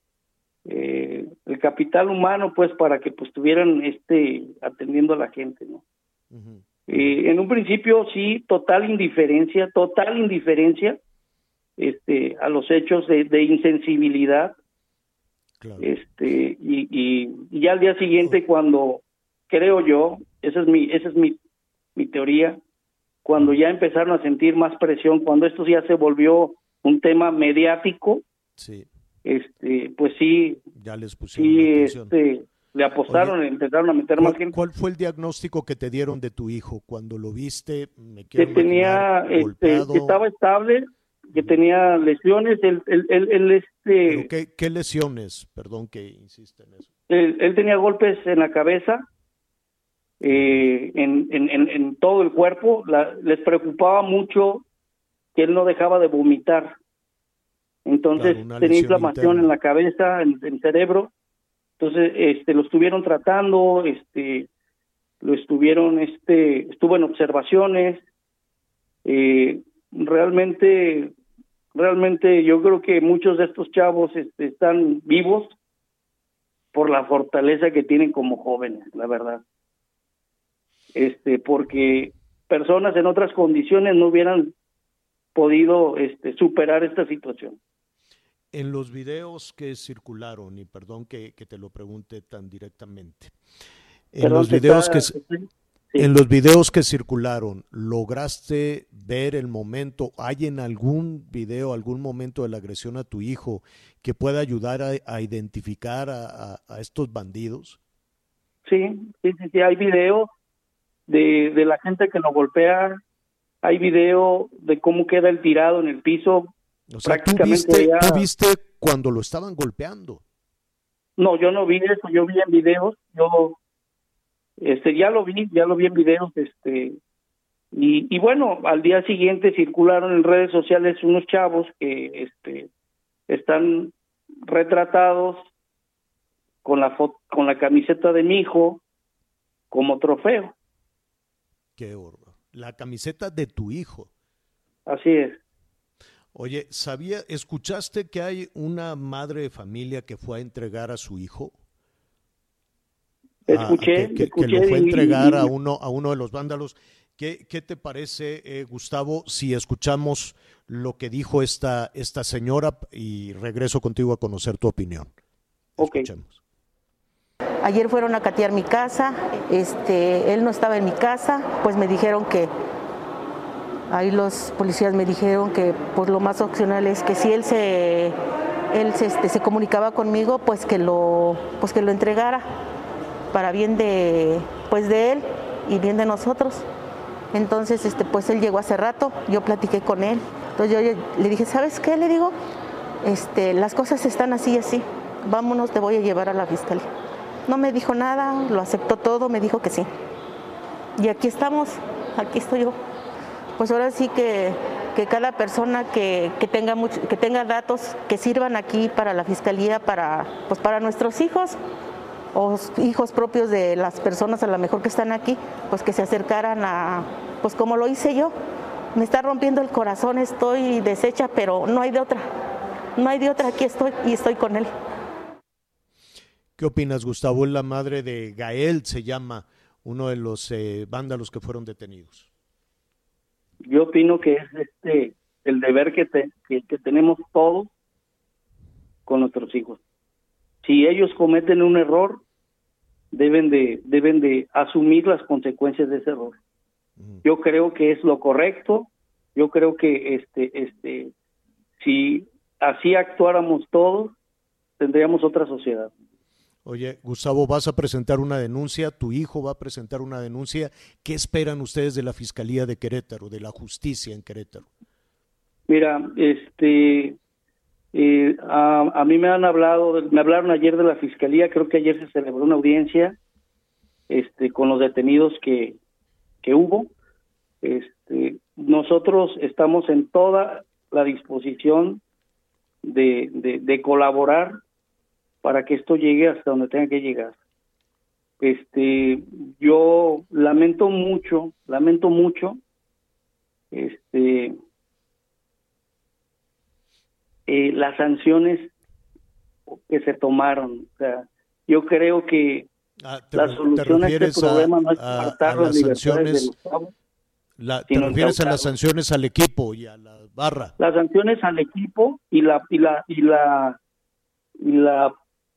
eh, el capital humano pues para que pues estuvieran este atendiendo a la gente, ¿no? Uh-huh. Eh, en un principio sí, total indiferencia, total indiferencia este a los hechos de, de insensibilidad. Claro. Este y, y, y ya al día siguiente, cuando creo yo, esa es mi esa es mi mi teoría, cuando ya empezaron a sentir más presión, cuando esto ya se volvió un tema mediático, sí. este pues sí, ya les pusieron sí, este, le apostaron, Oye, empezaron a meter ¿cuál, más gente. ¿Cuál fue el diagnóstico que te dieron de tu hijo cuando lo viste? Me que tenía, este, que estaba estable, que tenía lesiones, él, él, él, él este... ¿Qué, ¿Qué lesiones? Perdón que insiste en eso. Él, él tenía golpes en la cabeza, eh, en, en, en, en todo el cuerpo. La, les preocupaba mucho que él no dejaba de vomitar. Entonces claro, tenía inflamación interna en la cabeza, en el cerebro. Entonces este lo estuvieron tratando, este lo estuvieron, este estuvo en observaciones. Eh, realmente, realmente yo creo que muchos de estos chavos este, están vivos por la fortaleza que tienen como jóvenes, la verdad. Este, porque personas en otras condiciones no hubieran podido este, superar esta situación. En los videos que circularon, y perdón que, que te lo pregunte tan directamente, en perdón, los videos está, que sí. en los videos que circularon, ¿lograste ver el momento? ¿Hay en algún video algún momento de la agresión a tu hijo que pueda ayudar a, a identificar a, a, a estos bandidos? Sí, sí, sí, sí, hay video de, de la gente que lo golpea, hay video de cómo queda el tirado en el piso. O sea, ¿tú viste, ya... ¿tú viste cuando lo estaban golpeando? No, yo no vi eso, yo vi en videos, yo este ya lo vi, ya lo vi en videos, este y, y bueno, al día siguiente circularon en redes sociales unos chavos que este están retratados con la foto, con la camiseta de mi hijo como trofeo. Qué horror. La camiseta de tu hijo. Así es. Oye, ¿sabía, escuchaste que hay una madre de familia que fue a entregar a su hijo? Escuché, a, que, que, escuché que lo fue a entregar y, a uno a uno de los vándalos. ¿Qué, qué te parece, eh, Gustavo, si escuchamos lo que dijo esta esta señora y regreso contigo a conocer tu opinión? Okay. Escuchemos. Ayer fueron a catear mi casa, este, él no estaba en mi casa, pues me dijeron que, ahí los policías me dijeron que pues lo más opcional es que si él se, él se, este, se comunicaba conmigo, pues que lo, pues que lo entregara para bien de, pues de él y bien de nosotros. Entonces, este, pues él llegó hace rato, yo platiqué con él, entonces yo, yo le dije, ¿sabes qué? Le digo, este, las cosas están así y así, vámonos, te voy a llevar a la fiscalía. No me dijo nada, lo aceptó todo, me dijo que sí. Y aquí estamos, aquí estoy yo. Pues ahora sí que, que cada persona que, que, tenga mucho, que tenga datos que sirvan aquí para la fiscalía, para, pues para nuestros hijos, o hijos propios de las personas a lo mejor que están aquí, pues que se acercaran a, pues como lo hice yo. Me está rompiendo el corazón, estoy deshecha, pero no hay de otra. No hay de otra, aquí estoy y estoy con él. ¿Qué opinas, Gustavo? La madre de Gael se llama uno de los eh, vándalos que fueron detenidos. Yo opino que es este el deber que, te, que, que tenemos todos con nuestros hijos. Si ellos cometen un error, deben de deben de asumir las consecuencias de ese error. Uh-huh. Yo creo que es lo correcto. Yo creo que este este si así actuáramos todos, tendríamos otra sociedad. Oye, Gustavo, vas a presentar una denuncia, tu hijo va a presentar una denuncia. ¿Qué esperan ustedes de la Fiscalía de Querétaro, de la justicia en Querétaro? Mira, este, eh, a, a mí me han hablado, me hablaron ayer de la Fiscalía, creo que ayer se celebró una audiencia este, con los detenidos que, que hubo. Este, nosotros estamos en toda la disposición de, de, de colaborar para que esto llegue hasta donde tenga que llegar. Este, yo lamento mucho, lamento mucho, este, eh, las sanciones que se tomaron. O sea, yo creo que ah, te, la solución a este problema a, no es apartar las libertades de los chavos. La, ¿Te refieres a las sanciones al equipo y a la barra? Las sanciones al equipo y la y la y la y la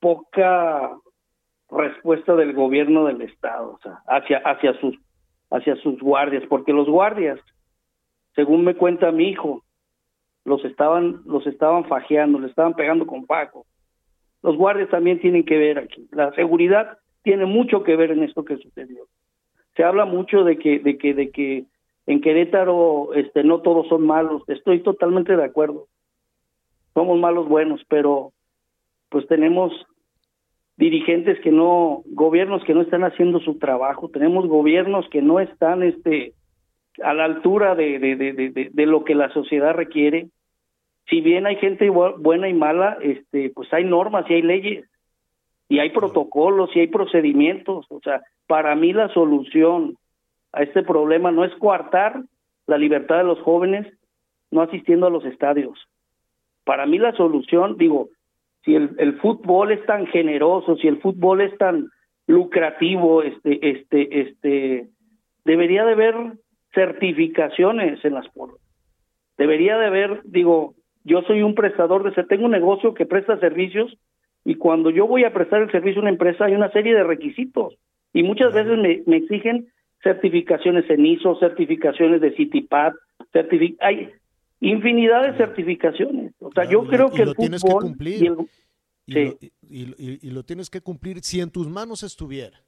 poca respuesta del gobierno del estado, o sea, hacia hacia sus hacia sus guardias, porque los guardias, según me cuenta mi hijo, los estaban los estaban fajeando, le estaban pegando con Paco. Los guardias también tienen que ver aquí. La seguridad tiene mucho que ver en esto que sucedió. Se habla mucho de que de que de que en Querétaro este no todos son malos. Estoy totalmente de acuerdo. Somos malos buenos, pero pues tenemos dirigentes que no, gobiernos que no están haciendo su trabajo, tenemos gobiernos que no están este a la altura de de de de, de lo que la sociedad requiere. Si bien hay gente igual, buena y mala, este pues hay normas y hay leyes y hay protocolos y hay procedimientos. O sea, para mí la solución a este problema no es coartar la libertad de los jóvenes no asistiendo a los estadios. Para mí la solución, digo, si el, el fútbol es tan generoso, si el fútbol es tan lucrativo, este, este, este, debería de haber certificaciones en las porras. Debería de haber, digo, yo soy un prestador de, tengo un negocio que presta servicios y cuando yo voy a prestar el servicio a una empresa hay una serie de requisitos y muchas veces me, me exigen certificaciones en I S O, certificaciones de CITIPAT, certific- hay infinidad de certificaciones. O sea, claro, yo creo y que lo el tienes fútbol que cumplir. y el... Y, sí. lo, y, y, y lo tienes que cumplir. Si en tus manos estuviera,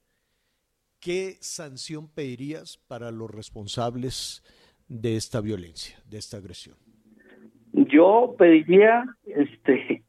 ¿qué sanción pedirías para los responsables de esta violencia, de esta agresión? Yo pediría este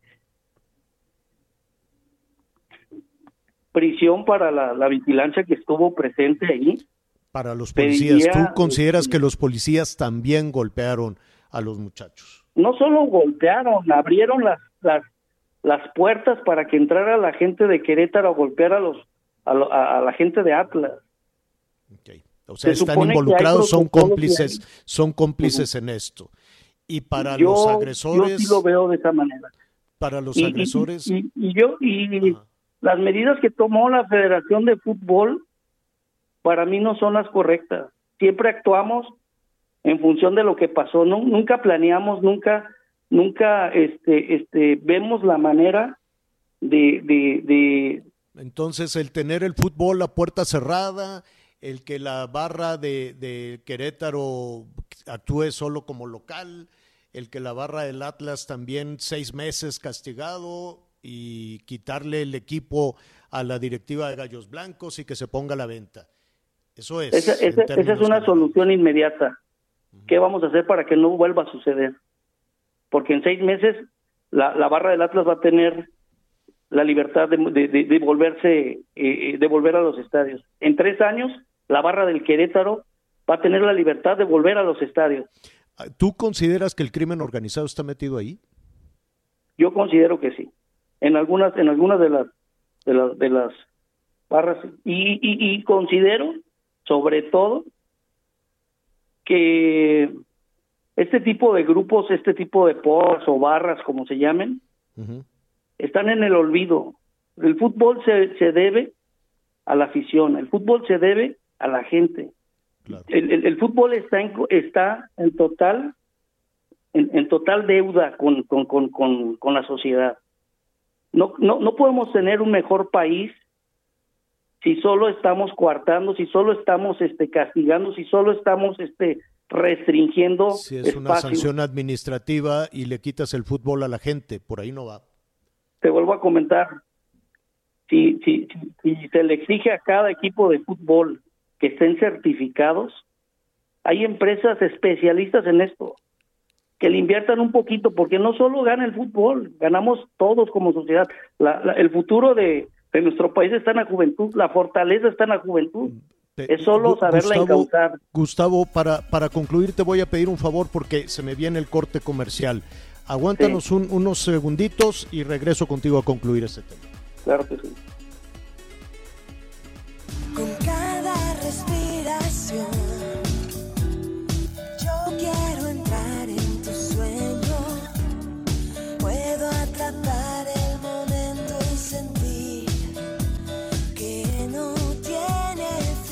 prisión para la, la vigilancia que estuvo presente ahí. Para los policías, Pediría, ¿tú consideras este, que los policías también golpearon a los muchachos? No solo golpearon, abrieron las las las puertas para que entrara la gente de Querétaro a golpear a los a, lo, a, a la gente de Atlas. Okay. O sea, Se están supone que hay involucrados, son protocolos cómplices, y hay- son cómplices en esto. Y para yo, los agresores, yo sí lo veo de esa manera. para los Y, y- agresores, y, y yo y Ajá. las medidas que tomó la Federación de Fútbol para mí no son las correctas. Siempre actuamos en función de lo que pasó, no, nunca planeamos, nunca nunca este este vemos la manera de de, de entonces el tener el fútbol a puerta cerrada, el que la barra de, de Querétaro actúe solo como local, el que la barra del Atlas también seis meses castigado y quitarle el equipo a la directiva de Gallos Blancos y que se ponga a la venta. Eso es. esa, esa, esa es una generales. solución inmediata. ¿Qué vamos a hacer para que no vuelva a suceder? Porque en seis meses la, la barra del Atlas va a tener la libertad de, de, de, de volverse, eh, de volver a los estadios. En tres años, la barra del Querétaro va a tener la libertad de volver a los estadios. ¿Tú consideras que el crimen organizado está metido ahí? Yo considero que sí. En algunas, en algunas de las, de las, de las barras, y, y, y considero, sobre todo, que este tipo de grupos, este tipo de porras o barras, como se llamen, uh-huh. están en el olvido. El fútbol se, se debe a la afición, el fútbol se debe a la gente. Claro. El, el, el fútbol está en, está en total en, en total deuda con, con, con, con, con la sociedad. No, no, no podemos tener un mejor país si solo estamos coartando, si solo estamos este castigando, si solo estamos este restringiendo si es espacios. Una sanción administrativa y le quitas el fútbol a la gente, por ahí no va. Te vuelvo a comentar, si, si, si, si se le exige a cada equipo de fútbol que estén certificados, hay empresas especialistas en esto, que le inviertan un poquito, porque no solo gana el fútbol, ganamos todos como sociedad. La, la, el futuro de, de nuestro país está en la juventud, la fortaleza está en la juventud. Es solo saberla Gustavo, encauzar. Gustavo, para, para concluir te voy a pedir un favor porque se me viene el corte comercial. Aguántanos sí. un, unos segunditos y regreso contigo a concluir este tema. Claro que sí. Con cada respiración, yo quiero entrar en tu sueño. Puedo atrapar el momento y sentir que no tiene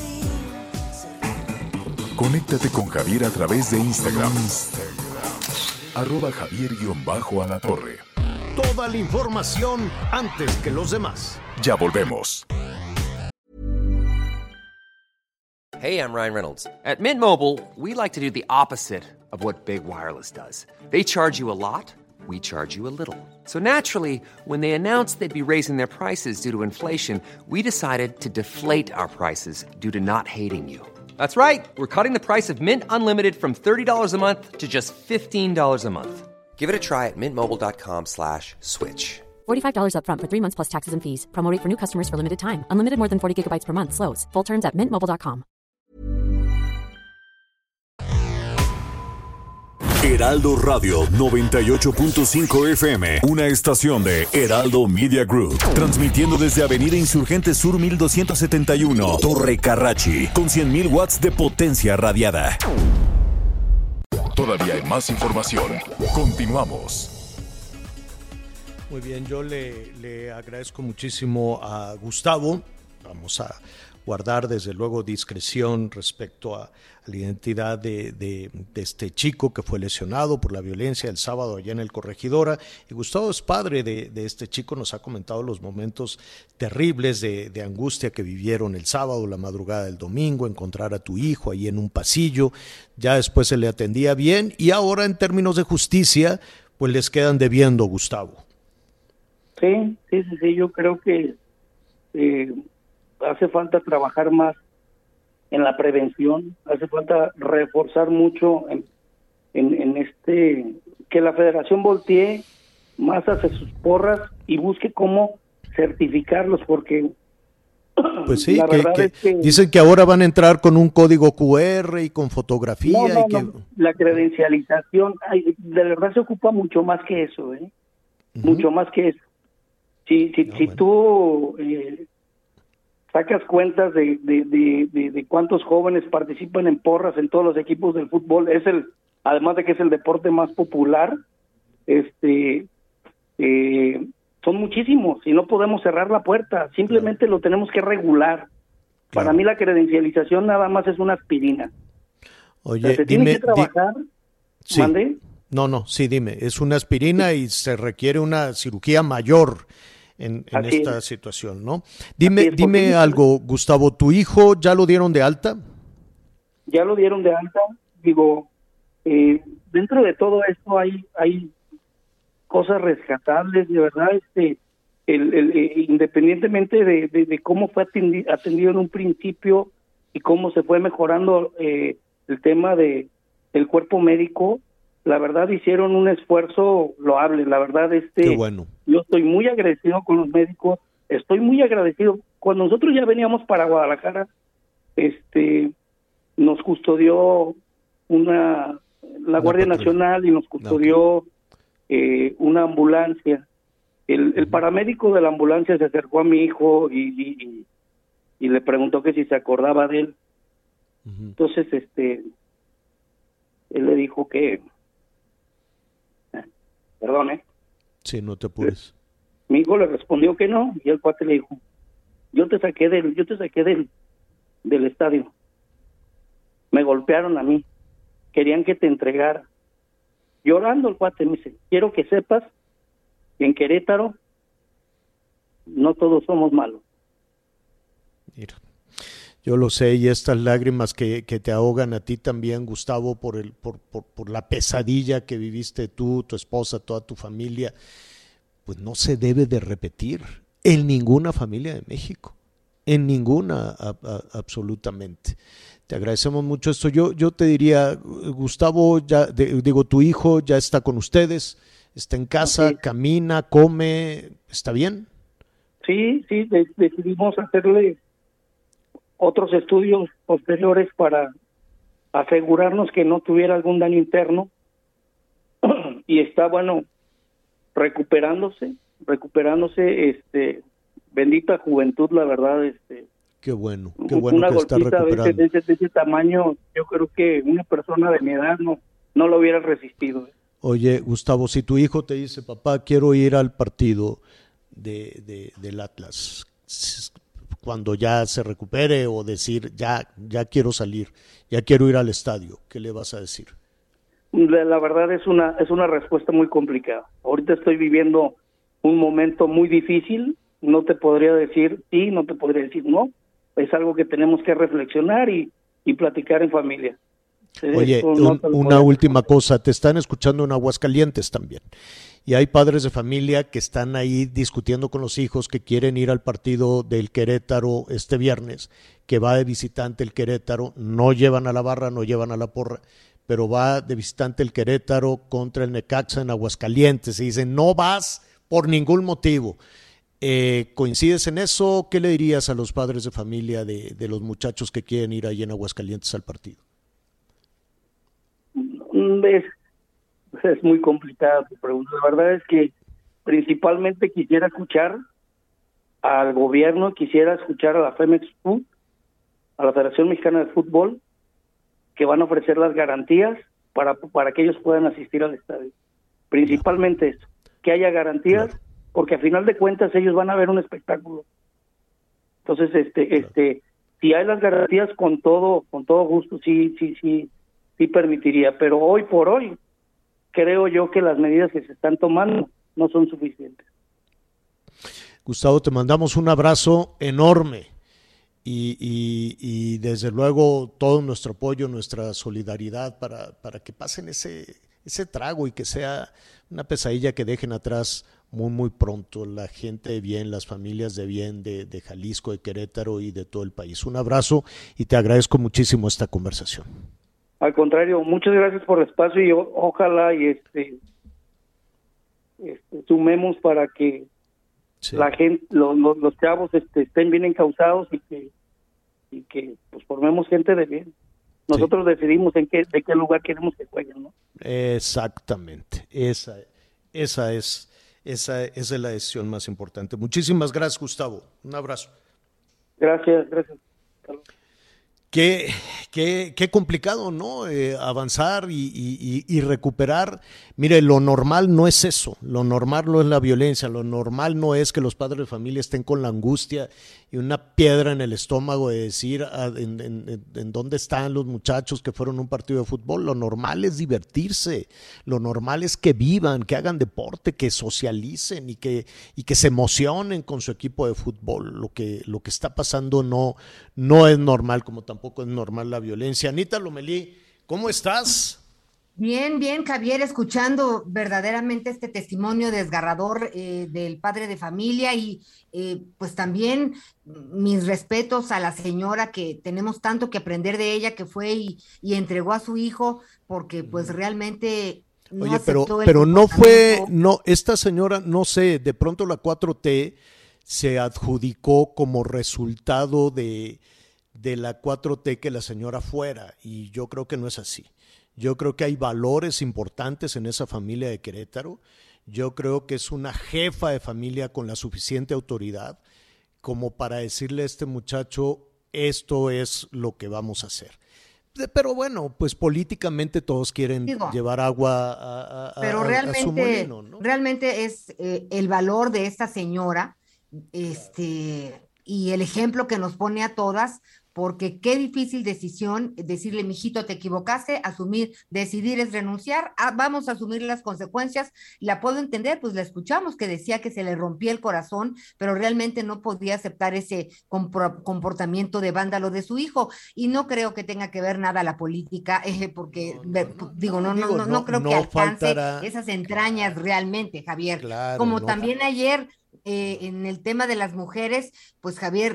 fin. Conéctate con Javier a través de Instagram. Instagram. Arroba Javier-Alatorre. Toda la información antes que los demás. Ya volvemos. Hey, I'm Ryan Reynolds. At Mint Mobile, we like to do the opposite of what Big Wireless does. They charge you a lot, we charge you a little. So naturally, when they announced they'd be raising their prices due to inflation, we decided to deflate our prices due to not hating you. That's right. We're cutting the price of Mint Unlimited from thirty dollars a month to just fifteen dollars a month. Give it a try at mintmobile.com slash switch. forty-five dollars up front for three months plus taxes and fees. Promo rate for new customers for limited time. Unlimited more than forty gigabytes per month. Slows full terms at mint mobile dot com. Heraldo Radio noventa y ocho punto cinco F M, una estación de Heraldo Media Group, transmitiendo desde Avenida Insurgente Sur mil doscientos setenta y uno, Torre Carrachi, con cien mil watts de potencia radiada. Todavía hay más información. Continuamos. Muy bien, yo le, le agradezco muchísimo a Gustavo. Vamos a guardar desde luego discreción respecto a, a la identidad de, de, de este chico que fue lesionado por la violencia el sábado allá en el Corregidora. Y Gustavo es padre de, de este chico, nos ha comentado los momentos terribles de, de angustia que vivieron el sábado, la madrugada del domingo, encontrar a tu hijo ahí en un pasillo, ya después se le atendía bien y ahora en términos de justicia pues les quedan debiendo, Gustavo. Sí, sí, sí, sí, yo creo que eh, hace falta trabajar más en la prevención, hace falta reforzar mucho en, en, en este, que la federación voltee más hacia sus porras y busque cómo certificarlos, porque pues sí, que, que es que dicen que ahora van a entrar con un código Q R y con fotografía. No, no, y que... no. La credencialización, ay, de verdad se ocupa mucho más que eso, ¿eh? Uh-huh. Mucho más que eso. Si, si, no, si bueno. tú eh, sacas cuentas de, de, de, de, de cuántos jóvenes participan en porras en todos los equipos del fútbol, es el, además de que es el deporte más popular, este, eh, son muchísimos y no podemos cerrar la puerta, simplemente claro. lo tenemos que regular. Claro. Para mí la credencialización nada más es una aspirina. Oye, o sea, se dime, tiene que trabajar. Di... Sí. ¿Mande? No, no, sí, dime, es una aspirina y se requiere una cirugía mayor en, en esta es. situación, ¿no? Dime, es, dime algo, Gustavo, ¿tu hijo ya lo dieron de alta? Ya lo dieron de alta, digo, eh, dentro de todo esto hay hay cosas rescatables, de verdad, este, el, el, eh, independientemente de, de, de cómo fue atendido, atendido en un principio y cómo se fue mejorando eh, el tema de el cuerpo médico, la verdad hicieron un esfuerzo loable, la verdad este Qué bueno. Yo estoy muy agradecido con los médicos, estoy muy agradecido. Cuando nosotros ya veníamos para Guadalajara, este nos custodió una la Guardia no, Nacional y nos custodió no, okay. eh, una ambulancia. El, el paramédico de la ambulancia se acercó a mi hijo y, y, y le preguntó que si se acordaba de él. Uh-huh. Entonces, este, él le dijo que, eh, perdón, ¿eh? Sí, no te apures. Mi hijo le respondió que no, y el cuate le dijo, yo te saqué del, yo te saqué del, del estadio. Me golpearon a mí, querían que te entregara. Llorando el cuate me dice, quiero que sepas que en Querétaro no todos somos malos. Mira, yo lo sé, y estas lágrimas que, que te ahogan a ti también, Gustavo, por, el, por, por, por la pesadilla que viviste tú, tu esposa, toda tu familia, pues no se debe de repetir en ninguna familia de México, en ninguna a, a, absolutamente. Te agradecemos mucho esto. Yo, yo te diría, Gustavo, ya de, digo, tu hijo ya está con ustedes, está en casa, sí. Camina, come, ¿está bien? Sí, sí, de, decidimos hacerle otros estudios posteriores para asegurarnos que no tuviera algún daño interno y está, bueno, recuperándose, recuperándose, este, bendita juventud, la verdad, este. Qué bueno, qué bueno una que está recuperando. De ese, de, ese, de ese tamaño, yo creo que una persona de mi edad no, no lo hubiera resistido. Oye, Gustavo, si tu hijo te dice, papá, quiero ir al partido de, de, del Atlas, cuando ya se recupere, o decir, ya, ya quiero salir, ya quiero ir al estadio, ¿qué le vas a decir? La, la verdad es una, es una respuesta muy complicada. Ahorita estoy viviendo un momento muy difícil, no te podría decir sí, no te podría decir no. Es algo que tenemos que reflexionar y, y platicar en familia. Oye, un, una última cosa, te están escuchando en Aguascalientes también, y hay padres de familia que están ahí discutiendo con los hijos que quieren ir al partido del Querétaro este viernes, que va de visitante el Querétaro, no llevan a la barra, no llevan a la porra, pero va de visitante el Querétaro contra el Necaxa en Aguascalientes, y dicen, no vas por ningún motivo. Eh, ¿Coincides en eso? ¿Qué le dirías a los padres de familia de, de los muchachos que quieren ir ahí en Aguascalientes al partido? Es, es muy complicada tu pregunta. La verdad es que principalmente quisiera escuchar al gobierno, quisiera escuchar a la Femex Food, a la Federación Mexicana de Fútbol, que van a ofrecer las garantías para, para que ellos puedan asistir al estadio. Principalmente eso, que haya garantías, claro, porque a final de cuentas ellos van a ver un espectáculo. Entonces, este, claro, este, si hay las garantías, con todo, con todo gusto, sí, sí, sí, sí permitiría. Pero hoy por hoy, creo yo que las medidas que se están tomando no son suficientes. Gustavo, te mandamos un abrazo enorme y, y, y desde luego todo nuestro apoyo, nuestra solidaridad para, para que pasen ese, ese trago y que sea una pesadilla que dejen atrás muy, muy pronto la gente de bien, las familias de bien de, de Jalisco, de Querétaro y de todo el país. Un abrazo y te agradezco muchísimo esta conversación. Al contrario, muchas gracias por el espacio y o, ojalá y este, este sumemos para que sí, la gente, los, los, los chavos este, estén bien encausados y que y que pues formemos gente de bien. Nosotros sí decidimos en qué de qué lugar queremos que jueguen, ¿no? Exactamente, esa, esa es esa, esa es la decisión más importante. Muchísimas gracias, Gustavo. Un abrazo. Gracias, gracias. Qué, qué, qué complicado, ¿no? Eh, avanzar y, y, y recuperar. Mire, lo normal no es eso, lo normal no es la violencia, lo normal no es que los padres de familia estén con la angustia y una piedra en el estómago de decir ah, en, en, en dónde están los muchachos que fueron a un partido de fútbol. Lo normal es divertirse, lo normal es que vivan, que hagan deporte, que socialicen y que, y que se emocionen con su equipo de fútbol. Lo que, lo que está pasando no, no es normal, como tampoco es normal la violencia. Anita Lomelí, ¿cómo estás? Bien, bien, Javier, escuchando verdaderamente este testimonio desgarrador eh, del padre de familia y eh, pues también mis respetos a la señora, que tenemos tanto que aprender de ella, que fue y, y entregó a su hijo porque pues realmente no Oye, aceptó pero, el pero no fue, no, esta señora, no sé, de pronto la cuatro T se adjudicó como resultado de, de la cuatro T que la señora fuera, y yo creo que no es así. Yo creo que hay valores importantes en esa familia de Querétaro. Yo creo que es una jefa de familia con la suficiente autoridad como para decirle a este muchacho, esto es lo que vamos a hacer. Pero bueno, pues políticamente todos quieren Digo, llevar agua a, a, pero a, realmente, a su molino, ¿no? Realmente es eh, el valor de esta señora este, y el ejemplo que nos pone a todas, porque qué difícil decisión decirle, mijito, te equivocaste, asumir, decidir es renunciar, ah, vamos a asumir las consecuencias. La puedo entender, pues la escuchamos que decía que se le rompía el corazón, pero realmente no podía aceptar ese comportamiento de vándalo de su hijo, y no creo que tenga que ver nada la política, eh, porque no, no, no, digo, no, no, no, no creo no que alcance faltará, esas entrañas claro, realmente, Javier. Claro, Como no, también ayer eh, en el tema de las mujeres, pues Javier,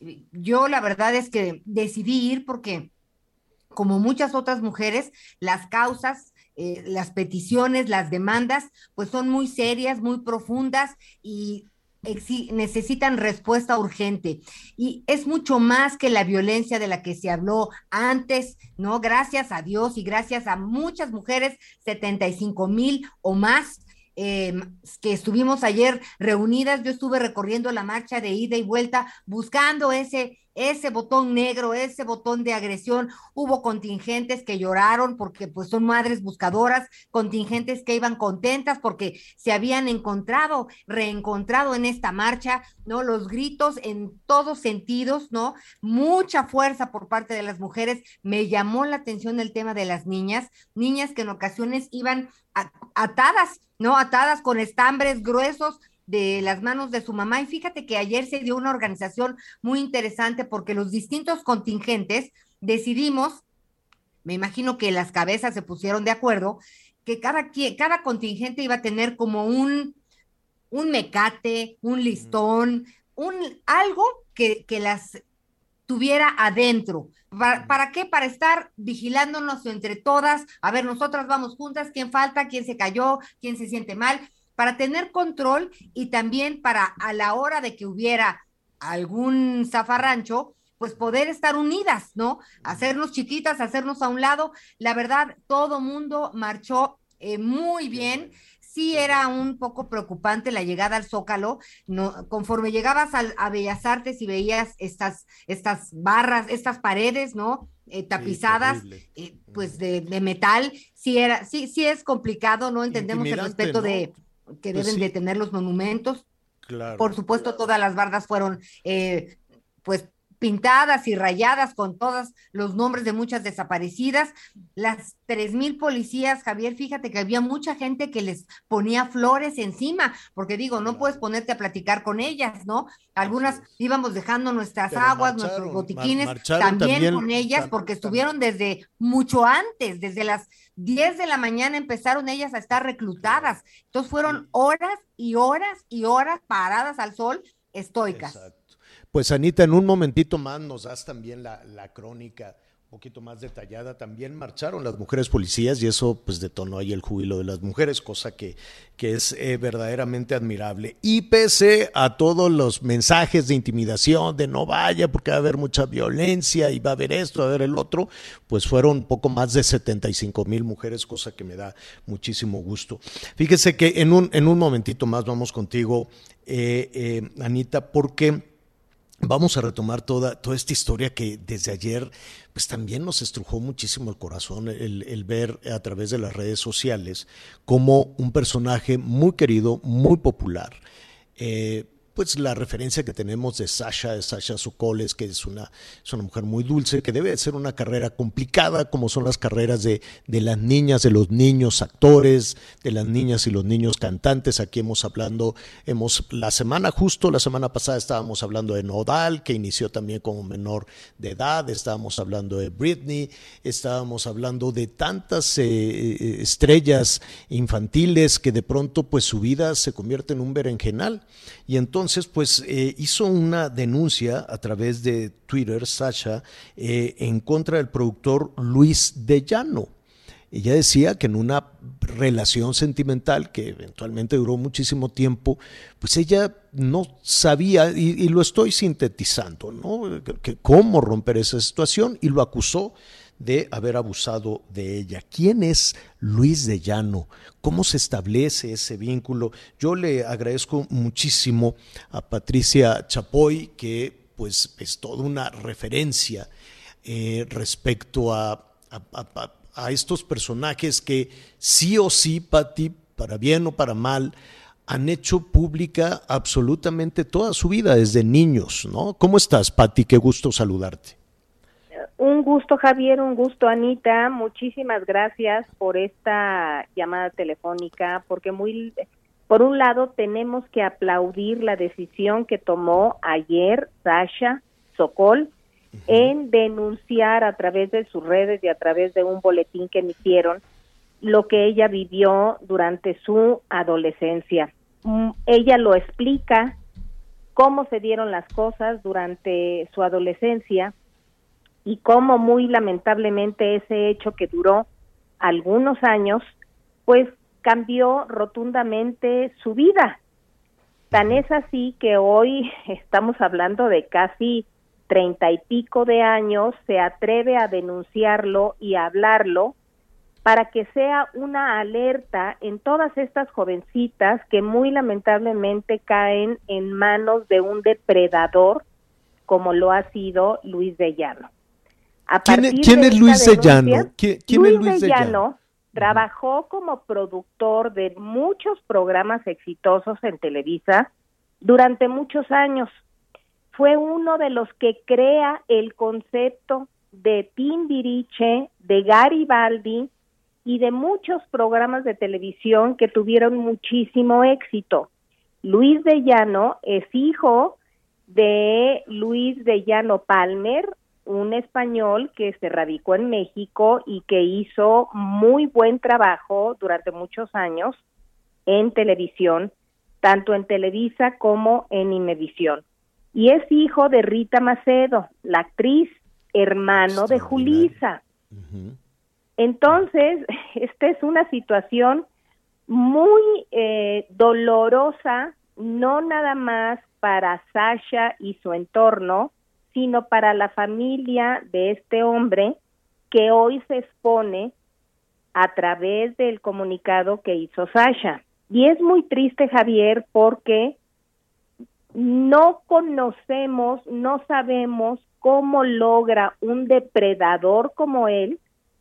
yo la verdad es que decidí ir porque, como muchas otras mujeres, las causas, eh, las peticiones, las demandas, pues son muy serias, muy profundas y exi- necesitan respuesta urgente. Y es mucho más que la violencia de la que se habló antes, ¿no? Gracias a Dios y gracias a muchas mujeres, setenta y cinco mil o más, Eh, que estuvimos ayer reunidas. Yo estuve recorriendo la marcha de ida y vuelta buscando ese, ese botón negro, ese botón de agresión. Hubo contingentes que lloraron porque pues son madres buscadoras, contingentes que iban contentas porque se habían encontrado, reencontrado en esta marcha, ¿no? Los gritos en todos sentidos, ¿no? Mucha fuerza por parte de las mujeres. Me llamó la atención el tema de las niñas, niñas que en ocasiones iban atadas, ¿no? Atadas con estambres gruesos de las manos de su mamá. Y fíjate que ayer se dio una organización muy interesante porque los distintos contingentes decidimos, me imagino que las cabezas se pusieron de acuerdo, que cada, cada contingente iba a tener como un, un mecate, un listón, un, algo que, que las tuviera adentro. ¿Para, ¿Para qué? Para estar vigilándonos entre todas, a ver, nosotras vamos juntas, quién falta, quién se cayó, quién se siente mal, para tener control y también para a la hora de que hubiera algún zafarrancho, pues poder estar unidas, ¿no? Hacernos chiquitas, hacernos a un lado. La verdad, todo mundo marchó eh, muy bien. Sí era un poco preocupante la llegada al Zócalo, no, conforme llegabas al, a Bellas Artes y veías estas, estas barras, estas paredes, ¿no? Eh, tapizadas, sí, eh, pues de, de metal, sí era, sí, sí es complicado, no entendemos el respeto, ¿no?, de que pues deben sí. de tener los monumentos. Claro. Por supuesto, todas las bardas fueron, eh, pues, pintadas y rayadas con todos los nombres de muchas desaparecidas. Las tres mil policías, Javier, fíjate que había mucha gente que les ponía flores encima, porque digo, no puedes ponerte a platicar con ellas, ¿no? Algunas íbamos dejando nuestras Pero aguas, marcharon, nuestros botiquines, mar también, también con ellas, también, porque estuvieron desde mucho antes, desde las diez de la mañana empezaron ellas a estar reclutadas. Entonces fueron horas y horas y horas paradas al sol, estoicas. Exacto. Pues Anita, en un momentito más nos das también la, la crónica un poquito más detallada. También marcharon las mujeres policías y eso pues detonó ahí el júbilo de las mujeres, cosa que, que es eh, verdaderamente admirable. Y pese a todos los mensajes de intimidación, de no vaya porque va a haber mucha violencia y va a haber esto, va a haber el otro, pues fueron poco más de setenta y cinco mil mujeres, cosa que me da muchísimo gusto. Fíjese que en un, en un momentito más vamos contigo, eh, eh, Anita, porque vamos a retomar toda, toda esta historia que desde ayer pues también nos estrujó muchísimo el corazón, el, el ver a través de las redes sociales como un personaje muy querido, muy popular, eh, pues la referencia que tenemos de Sasha, de Sasha Sokol, es que es una, es una mujer muy dulce, que debe de ser una carrera complicada, como son las carreras de, de las niñas, de los niños actores, de las niñas y los niños cantantes. Aquí hemos hablando, hemos, la semana justo, la semana pasada estábamos hablando de Nodal, que inició también como menor de edad, estábamos hablando de Britney, estábamos hablando de tantas eh, estrellas infantiles que de pronto pues su vida se convierte en un berenjenal. Y entonces, pues, eh, hizo una denuncia a través de Twitter, Sasha, eh, en contra del productor Luis de Llano. Ella decía que en una relación sentimental que eventualmente duró muchísimo tiempo, pues ella no sabía, y, y lo estoy sintetizando, ¿no?, que, cómo romper esa situación, y lo acusó de haber abusado de ella. ¿Quién es Luis de Llano? ¿Cómo se establece ese vínculo? Yo le agradezco muchísimo a Patricia Chapoy, que pues es toda una referencia eh, respecto a, a, a, a estos personajes que sí o sí, Pati, para bien o para mal, han hecho pública absolutamente toda su vida desde niños, ¿no? ¿Cómo estás, Pati? Qué gusto saludarte. Un gusto, Javier, un gusto, Anita. Muchísimas gracias por esta llamada telefónica, porque muy, por un lado tenemos que aplaudir la decisión que tomó ayer Sasha Sokol uh-huh. en denunciar a través de sus redes y a través de un boletín que emitieron lo que ella vivió durante su adolescencia. Mm, ella lo explica, cómo se dieron las cosas durante su adolescencia y cómo muy lamentablemente ese hecho que duró algunos años, pues cambió rotundamente su vida. Tan es así que hoy estamos hablando de casi treinta y pico de años, se atreve a denunciarlo y a hablarlo, para que sea una alerta en todas estas jovencitas que muy lamentablemente caen en manos de un depredador como lo ha sido Luis de Llano. A ¿Quién, ¿quién es Luis de Llano? ¿Quién, quién Luis es Luis de de Llano? Llano trabajó como productor de muchos programas exitosos en Televisa durante muchos años. Fue uno de los que crea el concepto de Timbiriche, de Garibaldi, y de muchos programas de televisión que tuvieron muchísimo éxito. Luis de Llano es hijo de Luis de Llano Palmer, un español que se radicó en México y que hizo muy buen trabajo durante muchos años en televisión, tanto en Televisa como en Imevisión. Y es hijo de Rita Macedo, la actriz, hermano de Julissa. Uh-huh. Entonces, esta es una situación muy eh, dolorosa, no nada más para Sasha y su entorno, sino para la familia de este hombre que hoy se expone a través del comunicado que hizo Sasha. Y es muy triste, Javier, porque no conocemos, no sabemos cómo logra un depredador como él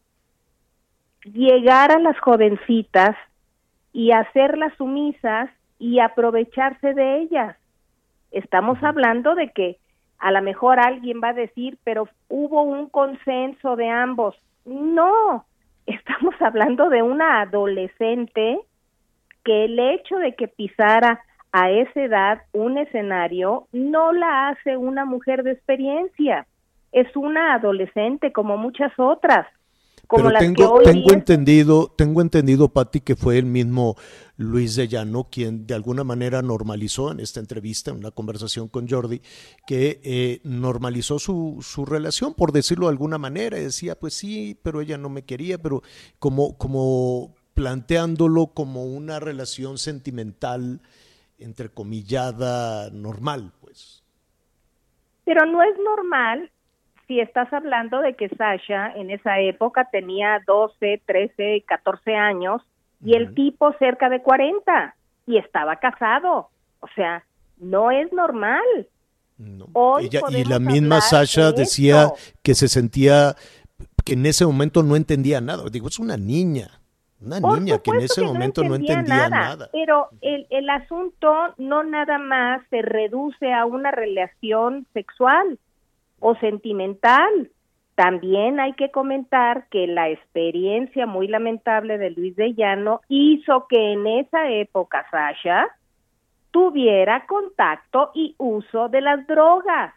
llegar a las jovencitas y hacerlas sumisas y aprovecharse de ellas. Estamos hablando de que a lo mejor alguien va a decir, pero hubo un consenso de ambos. No, estamos hablando de una adolescente que el hecho de que pisara a esa edad un escenario no la hace una mujer de experiencia. Es una adolescente como muchas otras. Como Pero tengo, tengo es... entendido, tengo entendido, Pati, que fue el mismo Luis de Llano quien de alguna manera normalizó en esta entrevista, en una conversación con Jordi, que eh, normalizó su, su relación, por decirlo de alguna manera, y decía, pues sí, pero ella no me quería, pero como, como planteándolo como una relación sentimental, entrecomillada, normal, pues. Pero no es normal si estás hablando de que Sasha en esa época tenía doce, trece, catorce años y uh-huh. el tipo cerca de cuarenta y estaba casado. O sea, no es normal. No. Hoy Ella, y la misma Sasha de decía esto. que se sentía, que en ese momento no entendía nada. Digo, es una niña, una Por niña que en ese que momento no entendía, no entendía nada, nada. Pero el, el asunto no nada más se reduce a una relación sexual o sentimental. También hay que comentar que la experiencia muy lamentable de Luis de Llano hizo que en esa época Sasha tuviera contacto y uso de las drogas.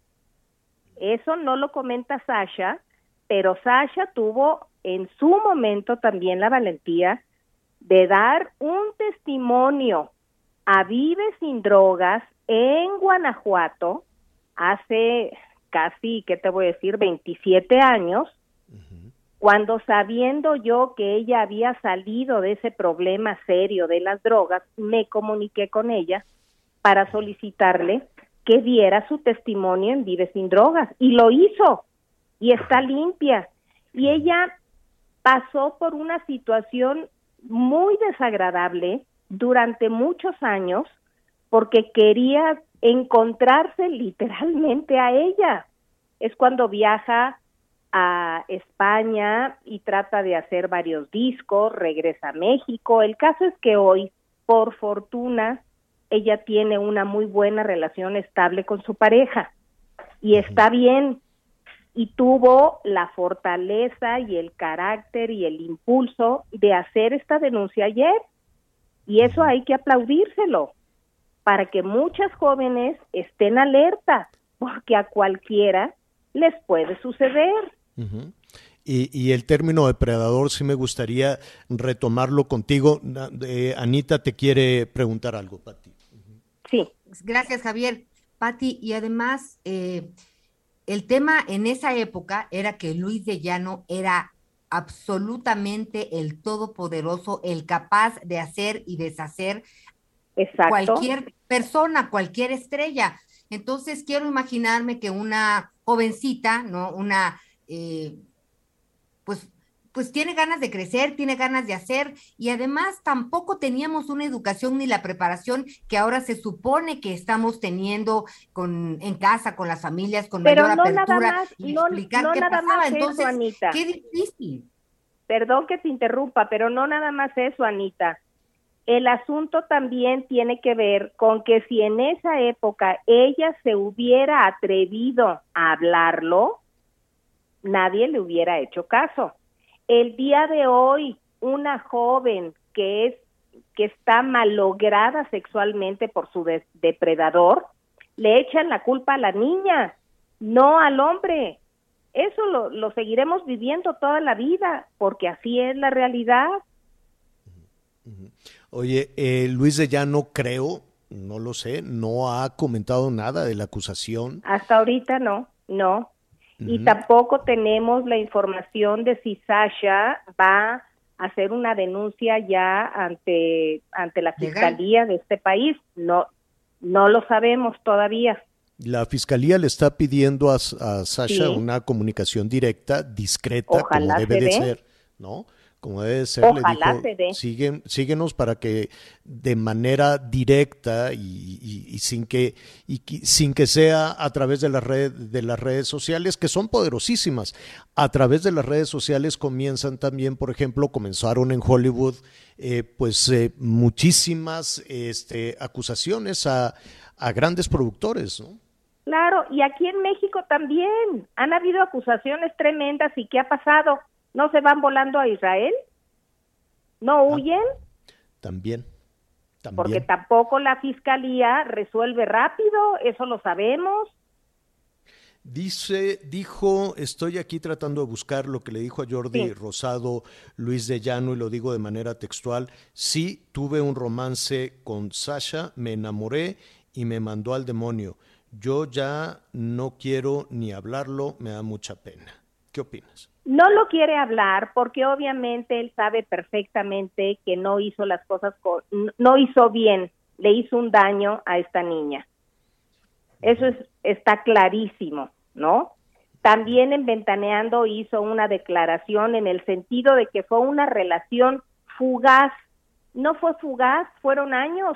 Eso no lo comenta Sasha, pero Sasha tuvo en su momento también la valentía de dar un testimonio a Vive Sin Drogas en Guanajuato hace casi, ¿qué te voy a decir?, veintisiete años, uh-huh. cuando sabiendo yo que ella había salido de ese problema serio de las drogas, me comuniqué con ella para solicitarle que diera su testimonio en Vive Sin Drogas, y lo hizo, y está limpia. Y ella pasó por una situación muy desagradable durante muchos años porque quería encontrarse literalmente a ella. Es cuando viaja a España y trata de hacer varios discos, regresa a México. El caso es que hoy, por fortuna, ella tiene una muy buena relación estable con su pareja y está bien, y tuvo la fortaleza y el carácter y el impulso de hacer esta denuncia ayer, y eso hay que aplaudírselo, para que muchas jóvenes estén alertas, porque a cualquiera les puede suceder. Uh-huh. Y, y el término depredador sí me gustaría retomarlo contigo. Eh, Anita te quiere preguntar algo, Pati. Uh-huh. Sí. Gracias, Javier. Pati, y además, eh, el tema en esa época era que Luis de Llano era absolutamente el todopoderoso, el capaz de hacer y deshacer Exacto. cualquier persona, cualquier estrella. Entonces quiero imaginarme que una jovencita, ¿no? Una, eh, pues, pues tiene ganas de crecer, tiene ganas de hacer, y además tampoco teníamos una educación ni la preparación que ahora se supone que estamos teniendo con, en casa, con las familias, con Pero mayor no apertura, nada más, y no, explicar no qué nada pasaba. más Entonces, eso, Anita. qué difícil. Perdón que te interrumpa, pero no nada más eso, Anita. El asunto también tiene que ver con que si en esa época ella se hubiera atrevido a hablarlo, nadie le hubiera hecho caso. El día de hoy, una joven que es que está malograda sexualmente por su de- depredador, le echan la culpa a la niña, no al hombre. Eso lo, lo seguiremos viviendo toda la vida, porque así es la realidad. Oye, eh, Luis de Llano, creo, no lo sé, no ha comentado nada de la acusación. Hasta ahorita no, no. Uh-huh. Y tampoco tenemos la información de si Sasha va a hacer una denuncia ya ante ante la fiscalía de este país. No, no lo sabemos todavía. La fiscalía le está pidiendo a, a Sasha Sí. una comunicación directa, discreta, Ojalá como debe se de dé. ser, ¿no? Como debe de ser, Ojalá le dijo, se dé. Siguen, síguenos para que de manera directa y, y, y sin que y que, sin que sea a través de las redes de las redes sociales, que son poderosísimas. A través de las redes sociales comienzan también, por ejemplo, comenzaron en Hollywood, eh, pues eh, muchísimas este, acusaciones a, a grandes productores, ¿no? Claro, y aquí en México también han habido acusaciones tremendas. ¿Y qué ha pasado? ¿No se van volando a Israel? ¿No huyen? También, también. Porque tampoco la fiscalía resuelve rápido, eso lo sabemos. Dice, dijo, estoy aquí tratando de buscar lo que le dijo a Jordi Sí. Rosado Luis de Llano, y lo digo de manera textual: sí, tuve un romance con Sasha, me enamoré y me mandó al demonio. Yo ya no quiero ni hablarlo, me da mucha pena. ¿Qué opinas? No lo quiere hablar porque obviamente él sabe perfectamente que no hizo las cosas, con, no hizo bien, le hizo un daño a esta niña. Eso es, está clarísimo, ¿no? También en Ventaneando hizo una declaración en el sentido de que fue una relación fugaz. No fue fugaz, fueron años.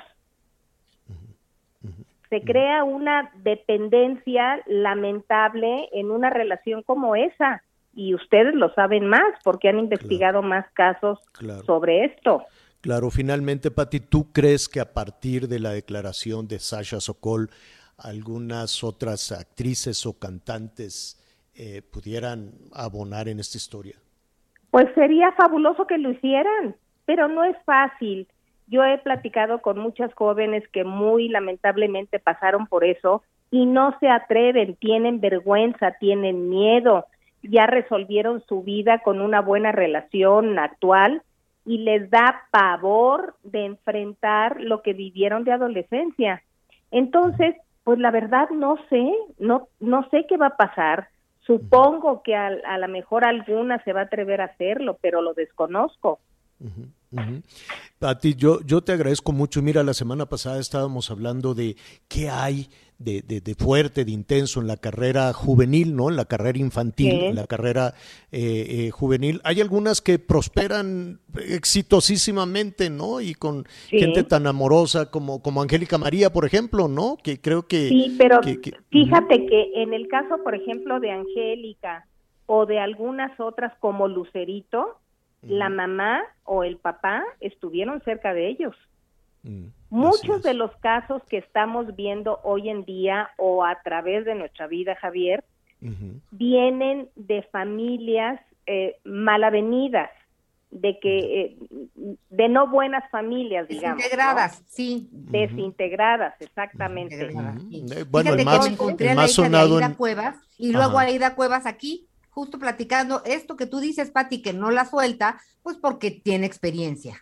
Se crea una dependencia lamentable en una relación como esa, y ustedes lo saben más porque han investigado claro. más casos claro. sobre esto. Claro, finalmente, Pati, ¿tú crees que a partir de la declaración de Sasha Sokol algunas otras actrices o cantantes eh, pudieran abonar en esta historia? Pues sería fabuloso que lo hicieran, pero no es fácil. Yo he platicado con muchas jóvenes que muy lamentablemente pasaron por eso y no se atreven, tienen vergüenza, tienen miedo, ya resolvieron su vida con una buena relación actual y les da pavor de enfrentar lo que vivieron de adolescencia. Entonces, pues la verdad no sé, no no sé qué va a pasar. Supongo que a, a lo mejor alguna se va a atrever a hacerlo, pero lo desconozco. Uh-huh. Uh-huh. Pati, yo, yo te agradezco mucho. Mira, la semana pasada estábamos hablando de qué hay de, de, de fuerte, de intenso en la carrera juvenil, ¿no? En la carrera infantil, Sí. en la carrera eh, eh, juvenil. Hay algunas que prosperan exitosísimamente, ¿no? Y con Sí. gente tan amorosa como, como Angélica María, por ejemplo, ¿no? Que creo que... Sí, pero que- que- fíjate que en el caso, por ejemplo, de Angélica o de algunas otras como Lucerito, la mamá o el papá estuvieron cerca de ellos. Mm, Muchos de los casos que estamos viendo hoy en día o a través de nuestra vida, Javier, ujú. vienen de familias eh, malavenidas, de que eh, de no buenas familias, digamos. Desintegradas, ¿no? sí. Desintegradas, exactamente. Eh, bueno, Fíjate el que más, me encontré el a la más hija de sonado Aida en... Cuevas y luego Ajá. Aida Cuevas aquí, justo platicando esto que tú dices, Pati, que no la suelta, pues porque tiene experiencia.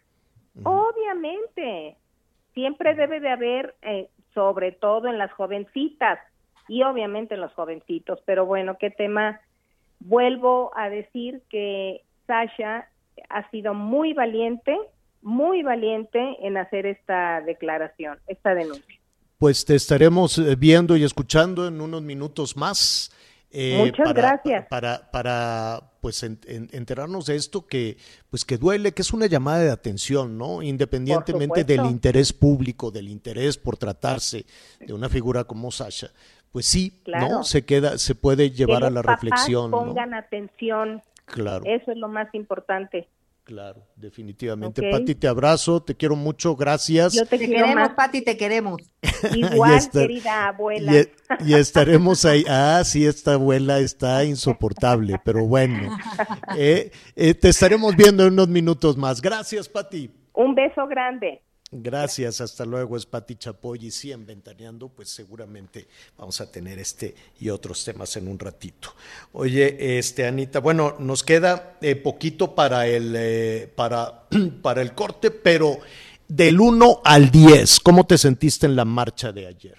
Obviamente, siempre debe de haber, eh, sobre todo en las jovencitas y obviamente en los jovencitos, pero bueno, qué tema. Vuelvo a decir que Sasha ha sido muy valiente, muy valiente en hacer esta declaración, esta denuncia. Pues te estaremos eh, viendo y escuchando en unos minutos más. eh, Muchas para, gracias. Para, para pues en- en- enterarnos de esto que pues que duele, que es una llamada de atención, ¿no? Independientemente supuesto. del interés público, del interés por tratarse de una figura como Sasha, pues sí, Claro. ¿no? Se queda, se puede llevar que a los la papás reflexión, ¿no? pongan atención, Claro. eso es lo más importante. Claro, definitivamente. Ok. Pati, te abrazo, te quiero mucho, gracias. Yo te, Te quiero queremos, más. Pati, te queremos. Igual, Y esta- querida abuela. Y, e- y estaremos ahí. Ah, sí, esta abuela está insoportable, pero bueno. Eh, eh, te estaremos viendo en unos minutos más. Gracias, Pati. Un beso grande. Gracias, hasta luego. Es Pati Chapoy y sí, en Ventaneando, pues seguramente vamos a tener este y otros temas en un ratito. Oye, este Anita, bueno, nos queda eh, poquito para el eh, para, para el corte, pero del uno al diez, ¿cómo te sentiste en la marcha de ayer?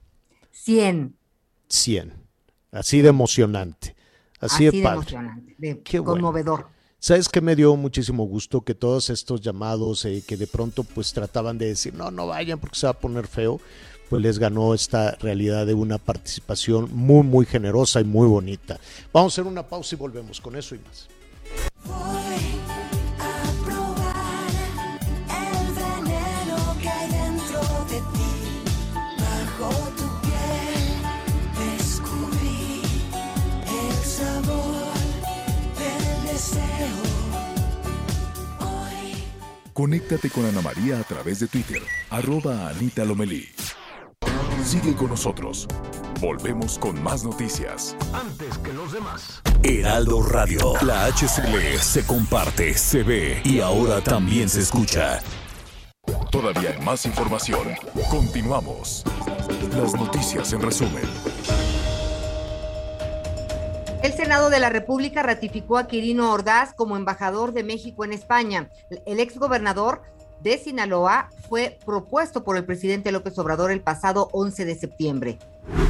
cien. cien. Así de emocionante. Así, Así de de padre. emocionante, de Qué bueno. conmovedor. ¿Sabes qué me dio muchísimo gusto? Que todos estos llamados eh, que de pronto pues trataban de decir, no, no vayan porque se va a poner feo, pues les ganó esta realidad de una participación muy, muy generosa y muy bonita. Vamos a hacer una pausa y volvemos con eso y más. A probar el veneno que hay dentro de ti. Bajo tu piel descubrí el sabor del deseo. Hoy Conéctate con Ana María a través de Twitter, arroba Anita Lomelí. Sigue con nosotros. Volvemos con más noticias. Antes que los demás. Heraldo Radio. La H C L se comparte, se ve y ahora también se escucha. Todavía hay más información. Continuamos. Las noticias en resumen. El Senado de la República ratificó a Quirino Ordaz como embajador de México en España. El exgobernador de Sinaloa fue propuesto por el presidente López Obrador el pasado once de septiembre.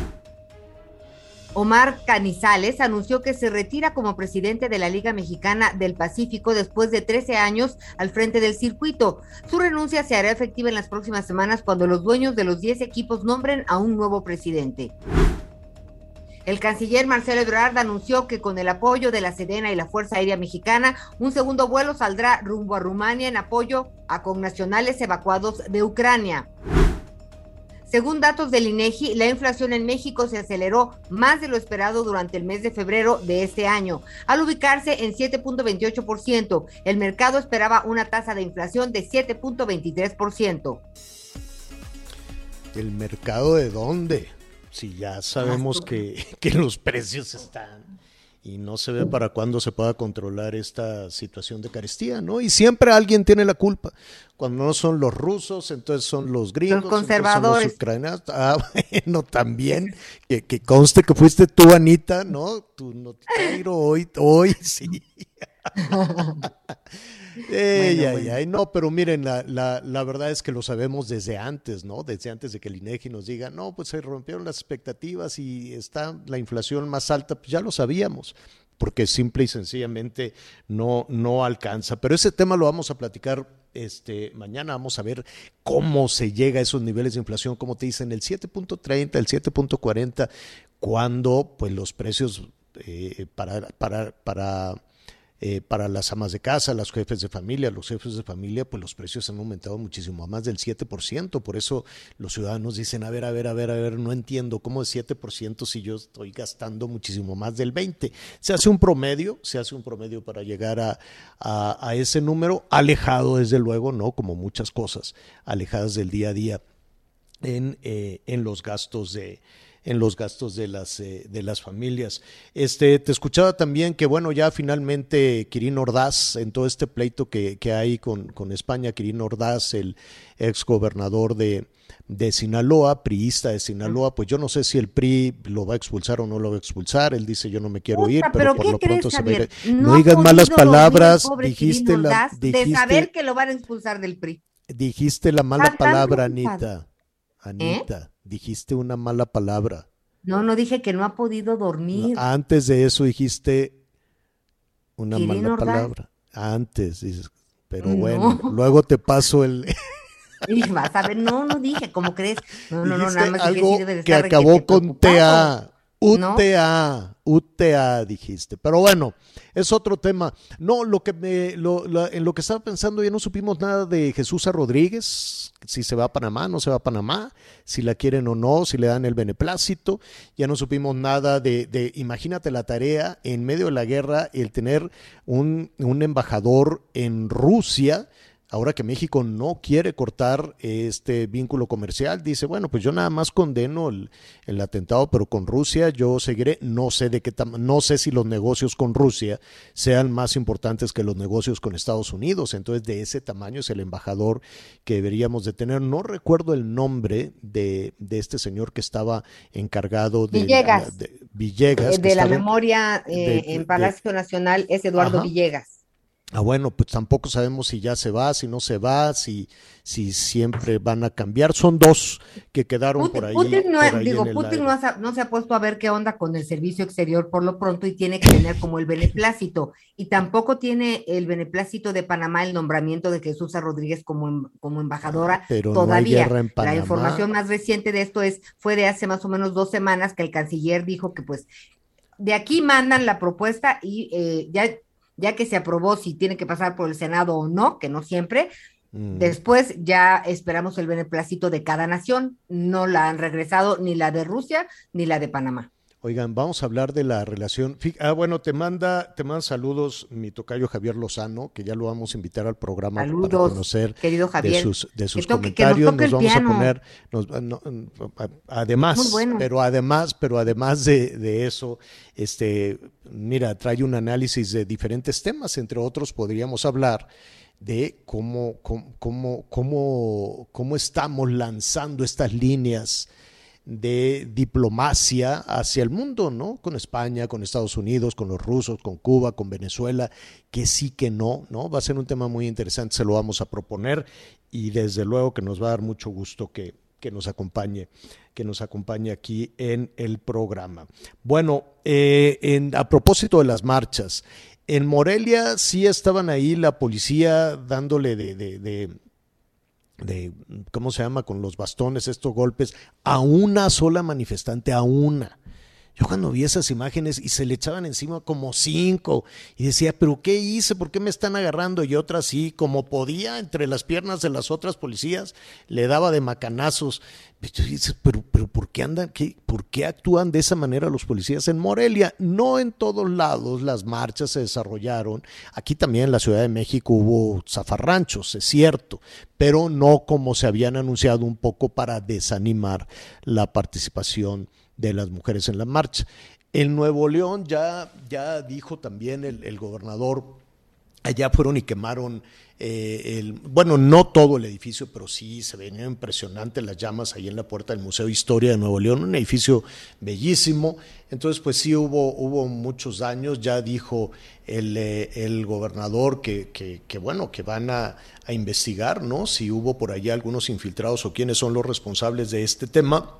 Omar Canizales anunció que se retira como presidente de la Liga Mexicana del Pacífico después de trece años al frente del circuito. Su renuncia se hará efectiva en las próximas semanas cuando los dueños de los diez equipos nombren a un nuevo presidente. El canciller Marcelo Ebrard anunció que con el apoyo de la Sedena y la Fuerza Aérea Mexicana, un segundo vuelo saldrá rumbo a Rumania en apoyo a connacionales evacuados de Ucrania. Según datos del INEGI, la inflación en México se aceleró más de lo esperado durante el mes de febrero de este año, al ubicarse en siete punto veintiocho por ciento. El mercado esperaba una tasa de inflación de siete punto veintitrés por ciento. ¿El mercado de dónde? Si ya sabemos que, que los precios están y no se ve para cuándo se pueda controlar esta situación de carestía, ¿no? Y siempre alguien tiene la culpa. Cuando no son los rusos, entonces son los gringos, Los conservadores. entonces son los ucranianos. Ah, bueno, también, que, que conste que fuiste tú, Anita, ¿no? Tu noticiero hoy, hoy sí. Ey, Bueno, ay, bueno. ay, no, pero miren, la, la, la verdad es que lo sabemos desde antes, ¿no? Desde antes de que el INEGI nos diga, no, pues se rompieron las expectativas y está la inflación más alta, pues ya lo sabíamos, porque simple y sencillamente no, no alcanza. Pero ese tema lo vamos a platicar Este, mañana vamos a ver cómo se llega a esos niveles de inflación, como te dicen, el siete punto treinta, el siete punto cuarenta, cuando pues los precios eh, para, para, para Eh, para las amas de casa, los jefes de familia, los jefes de familia, pues los precios han aumentado muchísimo, a más del siete por ciento. Por eso los ciudadanos dicen, a ver, a ver, a ver, a ver, no entiendo cómo es siete por ciento si yo estoy gastando muchísimo más del veinte por ciento. Se hace un promedio, se hace un promedio para llegar a, a, a ese número, alejado desde luego, ¿no? Como muchas cosas, alejadas del día a día en, eh, en los gastos de en los gastos de las eh, de las familias. Este, te escuchaba también que bueno, ya finalmente Quirino Ordaz, en todo este pleito que, que hay con, con España, Quirino Ordaz, el ex gobernador de, de Sinaloa, priista de Sinaloa, pues yo no sé si el P R I lo va a expulsar o no lo va a expulsar. Él dice yo no me quiero Puta, ir, pero, pero por ¿qué lo crees, pronto Javier? se va a ir. No No ha digas podido malas dormir el palabras, pobre dijiste Quirino la, Ordaz dijiste, de saber que lo van a expulsar del P R I. dijiste la mala Está tan palabra, preocupado. Anita. Anita, ¿Eh? Dijiste una mala palabra. No, no dije que no ha podido dormir. Antes de eso dijiste una Quirino mala Ordaz. palabra. Antes, dices, pero No. bueno, luego te paso el... Y vas a ver, no, no dije, ¿cómo crees? No, no, no, Dijiste nada más dije, algo sí debe de que estar acabó requete con preocupado. T A. U ¿No? T A, U T A dijiste, pero bueno, es otro tema. No, lo que me, lo, lo, en lo que estaba pensando ya no supimos nada de Jesús Rodríguez, si se va a Panamá, no se va a Panamá, si la quieren o no, si le dan el beneplácito, ya no supimos nada de, de imagínate la tarea en medio de la guerra, el tener un, un embajador en Rusia. Ahora que México no quiere cortar este vínculo comercial, dice, bueno, pues yo nada más condeno el, el atentado, pero con Rusia yo seguiré, no sé de qué tam- no sé si los negocios con Rusia sean más importantes que los negocios con Estados Unidos. Entonces, de ese tamaño es el embajador que deberíamos de tener. No recuerdo el nombre de, de este señor que estaba encargado de Villegas. de, de Villegas, Eh, que de la estaba- memoria eh, de- de- en Palacio Nacional es Eduardo Ajá. Villegas. Ah, bueno, pues tampoco sabemos si ya se va, si no se va, si, si siempre van a cambiar. Son dos que quedaron Putin, por ahí. Putin no, por ahí digo, en el Putin aire. no, ha- no se ha puesto a ver qué onda con el servicio exterior por lo pronto y tiene que tener como el beneplácito. Y tampoco tiene el beneplácito de Panamá el nombramiento de Jesús Rodríguez como, em- como embajadora Pero no hay todavía. guerra en Panamá. La información más reciente de esto es fue de hace más o menos dos semanas que el canciller dijo que pues de aquí mandan la propuesta y eh, ya, ya que se aprobó si tiene que pasar por el Senado o no, que no siempre. Mm. Después ya esperamos el beneplácito de cada nación, no la han regresado ni la de Rusia ni la de Panamá. Oigan, vamos a hablar de la relación. Fí- Ah, bueno, te manda, te manda saludos mi tocayo Javier Lozano, que ya lo vamos a invitar al programa para Saludos, conocer querido Javier. de sus, de sus Que toque- que nos comentarios. toque Nos el vamos piano. a poner, nos- no, a- además, Muy bueno. pero además, pero además de, de eso, este, mira, trae un análisis de diferentes temas, entre otros podríamos hablar de cómo, cómo, cómo, cómo, cómo estamos lanzando estas líneas de diplomacia hacia el mundo, ¿no? Con España, con Estados Unidos, con los rusos, con Cuba, con Venezuela, que sí, que no, ¿no? Va a ser un tema muy interesante, se lo vamos a proponer y desde luego que nos va a dar mucho gusto que, que nos acompañe, que nos acompañe aquí en el programa. Bueno, eh, en, a propósito de las marchas, en Morelia sí estaban ahí la policía dándole de, de, de de, ¿cómo se llama? Con los bastones, estos golpes, a una sola manifestante, a una. Yo cuando vi esas imágenes y se le echaban encima como cinco y decía, ¿pero qué hice? ¿Por qué me están agarrando? Y otra sí, como podía, entre las piernas de las otras policías, le daba de macanazos. Yo dije, ¿pero, pero por qué andan, qué, por qué actúan de esa manera los policías en Morelia? No en todos lados las marchas se desarrollaron. Aquí también en la Ciudad de México hubo zafarranchos, es cierto, pero no como se habían anunciado un poco para desanimar la participación de las mujeres en la marcha. En Nuevo León ya, ya dijo también el, el gobernador, allá fueron y quemaron, eh, el, bueno, no todo el edificio, pero sí se venían impresionantes las llamas ahí en la puerta del Museo de Historia de Nuevo León, un edificio bellísimo. Entonces, pues sí hubo, hubo muchos daños. Ya dijo el, eh, el gobernador que, que, que, bueno, que van a, a investigar, ¿no? Si hubo por allá algunos infiltrados o quiénes son los responsables de este tema,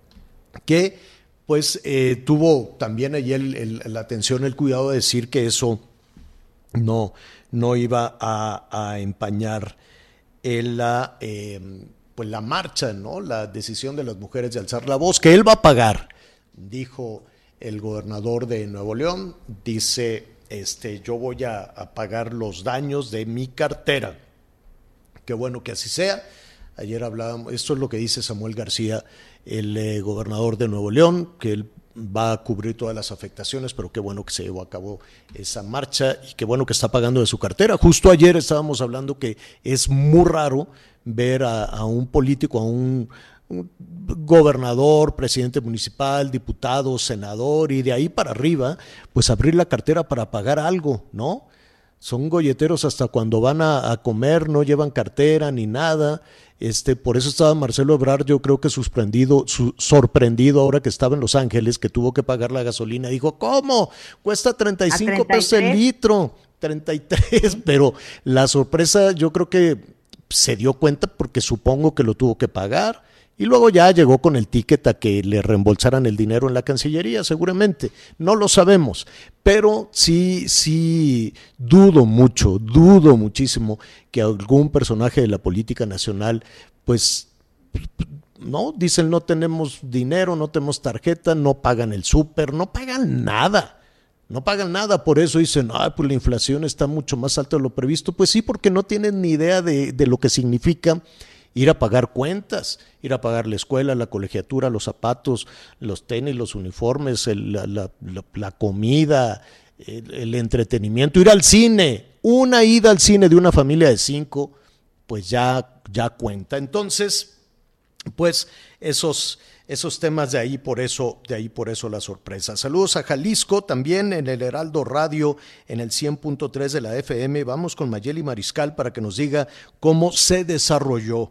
que pues eh, tuvo también allí el, el, la atención, el cuidado de decir que eso no, no iba a, a empañar en la, eh, pues la marcha, ¿no? La decisión de las mujeres de alzar la voz, que él va a pagar, dijo el gobernador de Nuevo León, dice, este, yo voy a, a pagar los daños de mi cartera. Qué bueno que así sea. Ayer hablábamos, esto es lo que dice Samuel García, el eh, gobernador de Nuevo León, que él va a cubrir todas las afectaciones, pero qué bueno que se llevó a cabo esa marcha y qué bueno que está pagando de su cartera. Justo ayer estábamos hablando que es muy raro ver a, a un político, a un, un gobernador, presidente municipal, diputado, senador y de ahí para arriba, pues abrir la cartera para pagar algo, ¿no? Son golleteros hasta cuando van a, a comer, no llevan cartera ni nada. Este, por eso estaba Marcelo Ebrard, yo creo que sorprendido, su, sorprendido ahora que estaba en Los Ángeles, que tuvo que pagar la gasolina. Dijo, ¿cómo? Cuesta treinta y cinco pesos el litro, treinta y tres, pero la sorpresa yo creo que se dio cuenta porque supongo que lo tuvo que pagar. Y luego ya llegó con el ticket a que le reembolsaran el dinero en la Cancillería, seguramente. No lo sabemos, pero sí, sí dudo mucho, dudo muchísimo que algún personaje de la política nacional, pues, no, dicen no tenemos dinero, no tenemos tarjeta, no pagan el súper, no pagan nada. No pagan nada, por eso dicen, ah, pues la inflación está mucho más alta de lo previsto. Pues sí, porque no tienen ni idea de, de lo que significa ir a pagar cuentas, ir a pagar la escuela, la colegiatura, los zapatos, los tenis, los uniformes, el, la, la, la, la comida, el, el entretenimiento, ir al cine. Una ida al cine de una familia de cinco, pues ya, ya cuenta. Entonces, pues esos, esos temas de ahí, por eso, de ahí por eso la sorpresa. Saludos a Jalisco, también en el Heraldo Radio, en el cien punto tres de la F M. Vamos con Mayeli Mariscal para que nos diga cómo se desarrolló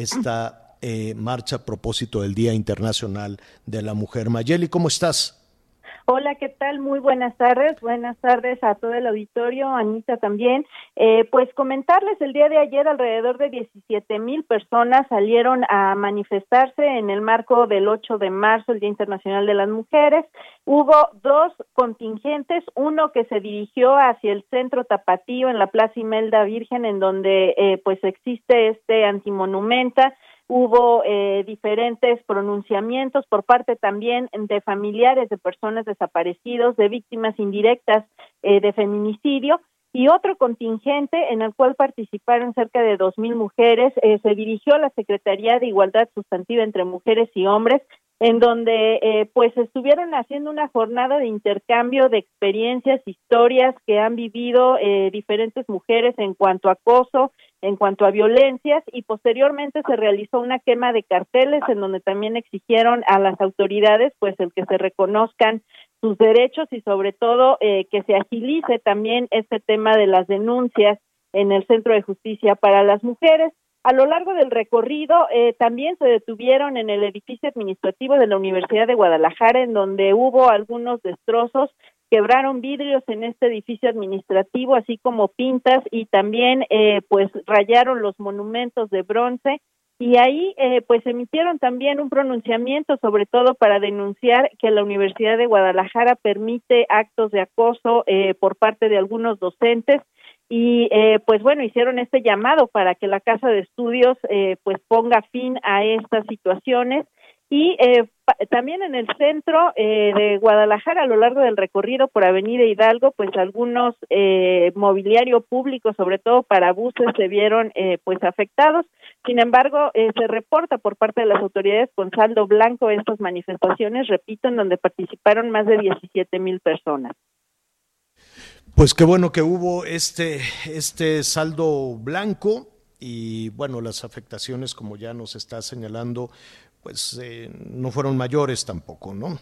esta eh, marcha a propósito del Día Internacional de la Mujer. Mayeli, ¿cómo estás? Hola, ¿qué tal? Muy buenas tardes. Buenas tardes a todo el auditorio, Anita también. Eh, pues comentarles, el día de ayer alrededor de diecisiete mil personas salieron a manifestarse en el marco del ocho de marzo, el Día Internacional de las Mujeres. Hubo dos contingentes, uno que se dirigió hacia el centro Tapatío en la Plaza Imelda Virgen, en donde eh, pues existe este antimonumenta. Hubo eh, diferentes pronunciamientos por parte también de familiares de personas desaparecidos, de víctimas indirectas eh, de feminicidio, y otro contingente en el cual participaron cerca de dos mil mujeres, eh, se dirigió a la Secretaría de Igualdad Sustantiva entre Mujeres y Hombres, en donde eh, pues estuvieron haciendo una jornada de intercambio de experiencias, historias que han vivido eh, diferentes mujeres en cuanto a acoso, en cuanto a violencias, y posteriormente se realizó una quema de carteles en donde también exigieron a las autoridades pues el que se reconozcan sus derechos y sobre todo eh, que se agilice también este tema de las denuncias en el Centro de Justicia para las Mujeres. A lo largo del recorrido eh, también se detuvieron en el edificio administrativo de la Universidad de Guadalajara, en donde hubo algunos destrozos, quebraron vidrios en este edificio administrativo, así como pintas, y también eh, pues rayaron los monumentos de bronce, y ahí eh, pues emitieron también un pronunciamiento, sobre todo para denunciar que la Universidad de Guadalajara permite actos de acoso eh, por parte de algunos docentes, y eh, pues bueno, hicieron este llamado para que la Casa de Estudios eh, pues ponga fin a estas situaciones. Y eh, pa- también en el centro eh, de Guadalajara, a lo largo del recorrido por Avenida Hidalgo, pues algunos eh, mobiliario público, sobre todo para buses, se vieron eh, pues afectados. Sin embargo, eh, se reporta por parte de las autoridades con saldo blanco estas manifestaciones, repito, en donde participaron más de diecisiete mil personas. Pues qué bueno que hubo este, este saldo blanco y bueno, las afectaciones, como ya nos está señalando, pues eh, no fueron mayores tampoco, ¿no?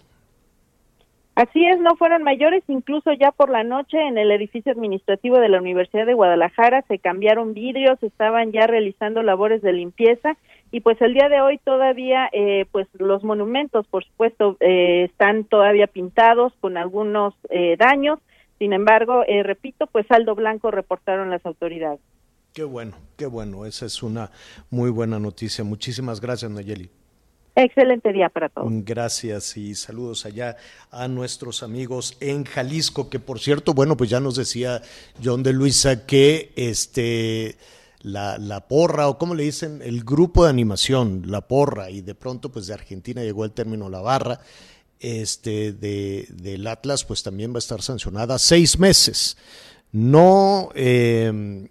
Así es, no fueron mayores, incluso ya por la noche en el edificio administrativo de la Universidad de Guadalajara se cambiaron vidrios, estaban ya realizando labores de limpieza y pues el día de hoy todavía eh, pues los monumentos, por supuesto, eh, están todavía pintados con algunos eh, daños. Sin embargo, eh, repito, pues saldo blanco reportaron las autoridades. Qué bueno, qué bueno, esa es una muy buena noticia. Muchísimas gracias, Nayeli. Excelente día para todos. Gracias y saludos allá a nuestros amigos en Jalisco, que por cierto, bueno, pues ya nos decía John de Luisa que este la, la porra, o como le dicen, el grupo de animación, la porra, y de pronto pues de Argentina llegó el término la barra, este, de, del Atlas, pues también va a estar sancionada seis meses. No eh,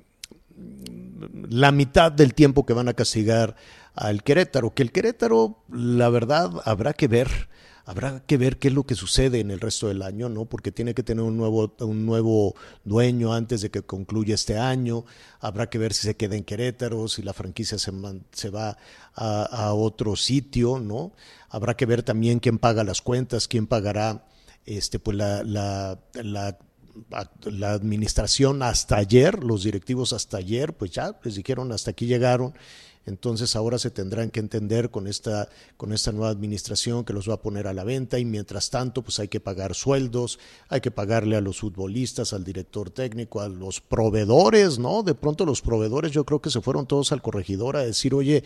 la mitad del tiempo que van a castigar al Querétaro, que el Querétaro, la verdad, habrá que ver, habrá que ver qué es lo que sucede en el resto del año, ¿no? Porque tiene que tener un nuevo, un nuevo dueño antes de que concluya este año. Habrá que ver si se queda en Querétaro, si la franquicia se, man, se va a, a otro sitio, ¿no? Habrá que ver también quién paga las cuentas, quién pagará este, pues la, la, la, la administración hasta ayer, los directivos hasta ayer, pues ya les dijeron hasta aquí llegaron. Entonces ahora se tendrán que entender con esta, con esta nueva administración que los va a poner a la venta, y mientras tanto pues hay que pagar sueldos, hay que pagarle a los futbolistas, al director técnico, a los proveedores, ¿no? De pronto los proveedores yo creo que se fueron todos al corregidor a decir, oye,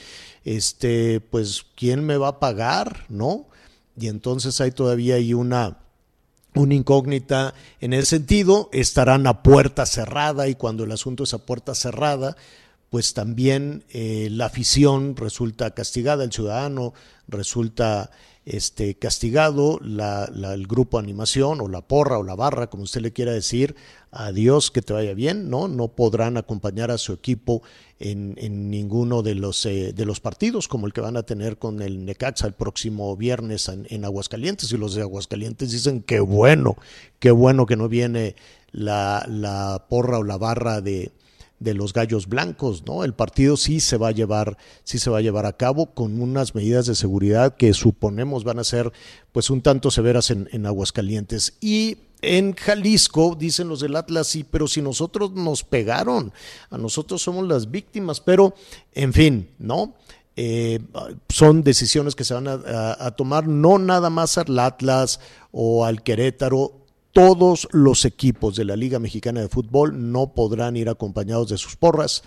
este, pues ¿quién me va a pagar? ¿No? Y entonces hay todavía hay una... una incógnita en ese sentido. Estarán a puerta cerrada, y cuando el asunto es a puerta cerrada, pues también eh, la afición resulta castigada, el ciudadano resulta este, castigado, la, la, el grupo de animación o la porra o la barra, como usted le quiera decir, adiós, que te vaya bien, ¿no? No podrán acompañar a su equipo en, en ninguno de los, eh, de los partidos, como el que van a tener con el Necaxa el próximo viernes en, en Aguascalientes, y los de Aguascalientes dicen que bueno, qué bueno que no viene la, la porra o la barra de de los Gallos Blancos, ¿no? El partido sí se va a llevar, sí se va a llevar a cabo con unas medidas de seguridad que suponemos van a ser pues un tanto severas en, en Aguascalientes. Y en Jalisco, dicen los del Atlas, sí, pero si nosotros nos pegaron, a nosotros somos las víctimas, pero en fin, ¿no? Eh, son decisiones que se van a, a, a tomar, no nada más al Atlas o al Querétaro. Todos los equipos de la Liga Mexicana de Fútbol no podrán ir acompañados de sus porras,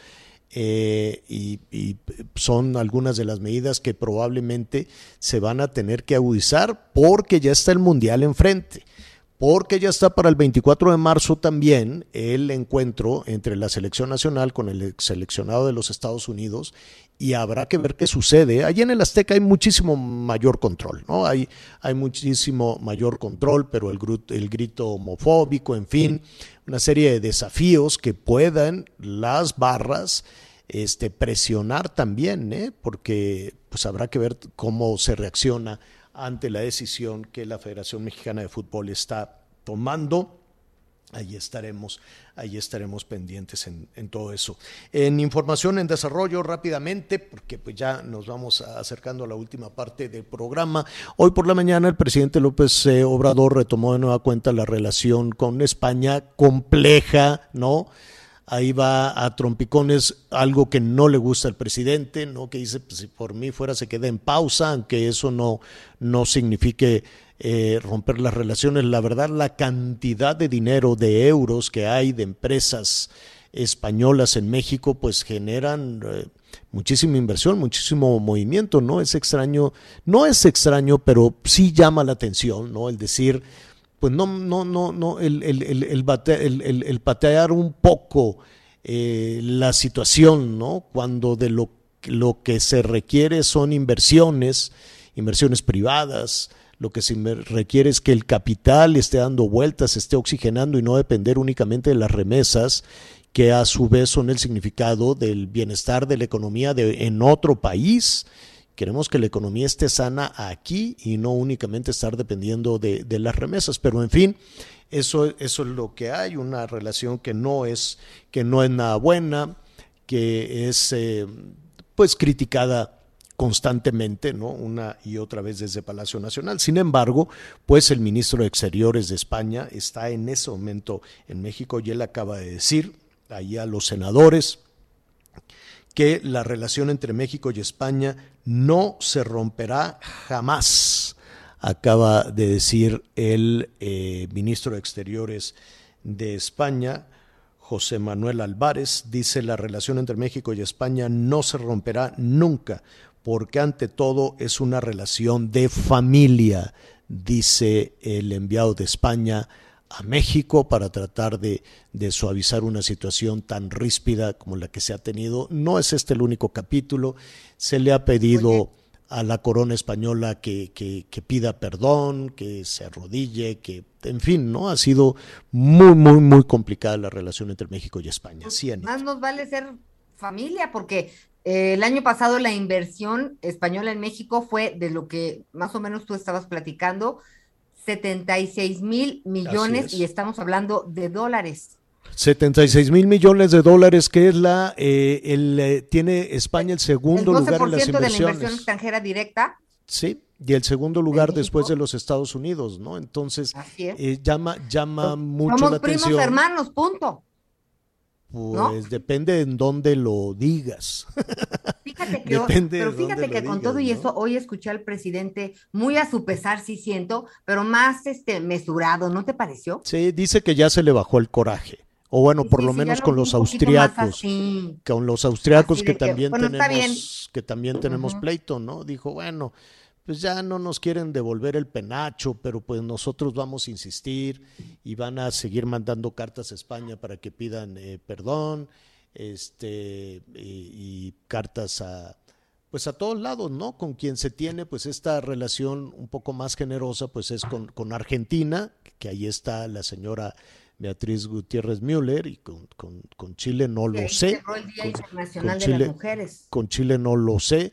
eh, y, y son algunas de las medidas que probablemente se van a tener que agudizar, porque ya está el Mundial enfrente, porque ya está para el veinticuatro de marzo también el encuentro entre la selección nacional con el seleccionado de los Estados Unidos, y habrá que ver qué sucede. Allí en el Azteca hay muchísimo mayor control, ¿no? Hay, hay muchísimo mayor control, pero el, el grito homofóbico, en fin, una serie de desafíos que puedan las barras este, presionar también, ¿eh? Porque pues habrá que ver cómo se reacciona ante la decisión que la Federación Mexicana de Fútbol está tomando. Ahí estaremos, ahí estaremos pendientes en, en todo eso. En información en desarrollo, rápidamente, porque pues ya nos vamos acercando a la última parte del programa. Hoy por la mañana el presidente López eh, Obrador retomó de nueva cuenta la relación con España, compleja, ¿no? Ahí va a trompicones, algo que no le gusta al presidente, ¿no? Que dice, pues, si por mí fuera se queda en pausa, aunque eso no, no signifique eh, romper las relaciones. La verdad, la cantidad de dinero, de euros que hay de empresas españolas en México, pues generan eh, muchísima inversión, muchísimo movimiento, ¿no? Es extraño, no es extraño, pero sí llama la atención, ¿no? El decir, pues no, no, no, no, el, el, el, el, bate, el, el, el patear un poco eh, la situación, ¿no? Cuando de lo, lo que se requiere son inversiones, inversiones privadas, lo que se requiere es que el capital esté dando vueltas, esté oxigenando y no depender únicamente de las remesas, que a su vez son el significado del bienestar de la economía de, en otro país. Queremos que la economía esté sana aquí y no únicamente estar dependiendo de, de las remesas, pero en fin, eso, eso es lo que hay, una relación que no es, que no es nada buena, que es eh, pues criticada constantemente, ¿no? Una y otra vez desde Palacio Nacional. Sin embargo, pues el ministro de Exteriores de España está en ese momento en México, y él acaba de decir ahí a los senadores que la relación entre México y España no se romperá jamás, acaba de decir el eh, ministro de Exteriores de España, José Manuel Álvarez. Dice, la relación entre México y España no se romperá nunca, porque ante todo es una relación de familia, dice el enviado de España a México para tratar de, de suavizar una situación tan ríspida como la que se ha tenido. No es este el único capítulo, se le ha pedido Oye. a la corona española que, que, que pida perdón, que se arrodille, que en fin, ¿no? Ha sido muy, muy, muy complicada la relación entre México y España. Pues sí, Anita. Más nos vale ser familia, porque eh, el año pasado la inversión española en México fue de lo que más o menos tú estabas platicando, setenta y seis mil millones y estamos hablando de dólares. setenta y seis mil millones de dólares, que es la, eh, el, eh, tiene España el segundo el lugar en las inversiones. de la inversión extranjera directa. Sí, y el segundo lugar después de los Estados Unidos, ¿no? Entonces, eh, llama, llama pues, mucho somos la atención. Somos primos hermanos, punto. Pues ¿no? depende en dónde lo digas. Fíjate que, pero fíjate que con digas, todo y ¿no? eso, hoy escuché al presidente muy a su pesar, sí siento, pero más este mesurado, ¿no te pareció? Sí, dice que ya se le bajó el coraje. O bueno, sí, por sí, lo sí, menos con los austriacos, con los austriacos que, que también bueno, tenemos, que también tenemos uh-huh. pleito, ¿no? Dijo, bueno, pues ya no nos quieren devolver el penacho, pero pues nosotros vamos a insistir y van a seguir mandando cartas a España para que pidan eh, perdón, este y, y cartas a pues a todos lados, ¿no? Con quien se tiene pues esta relación un poco más generosa, pues es con, con Argentina, que ahí está la señora Beatriz Gutiérrez Müller, y con, con, con Chile no lo sé. El Día Internacional de las Mujeres. Con Chile no lo sé.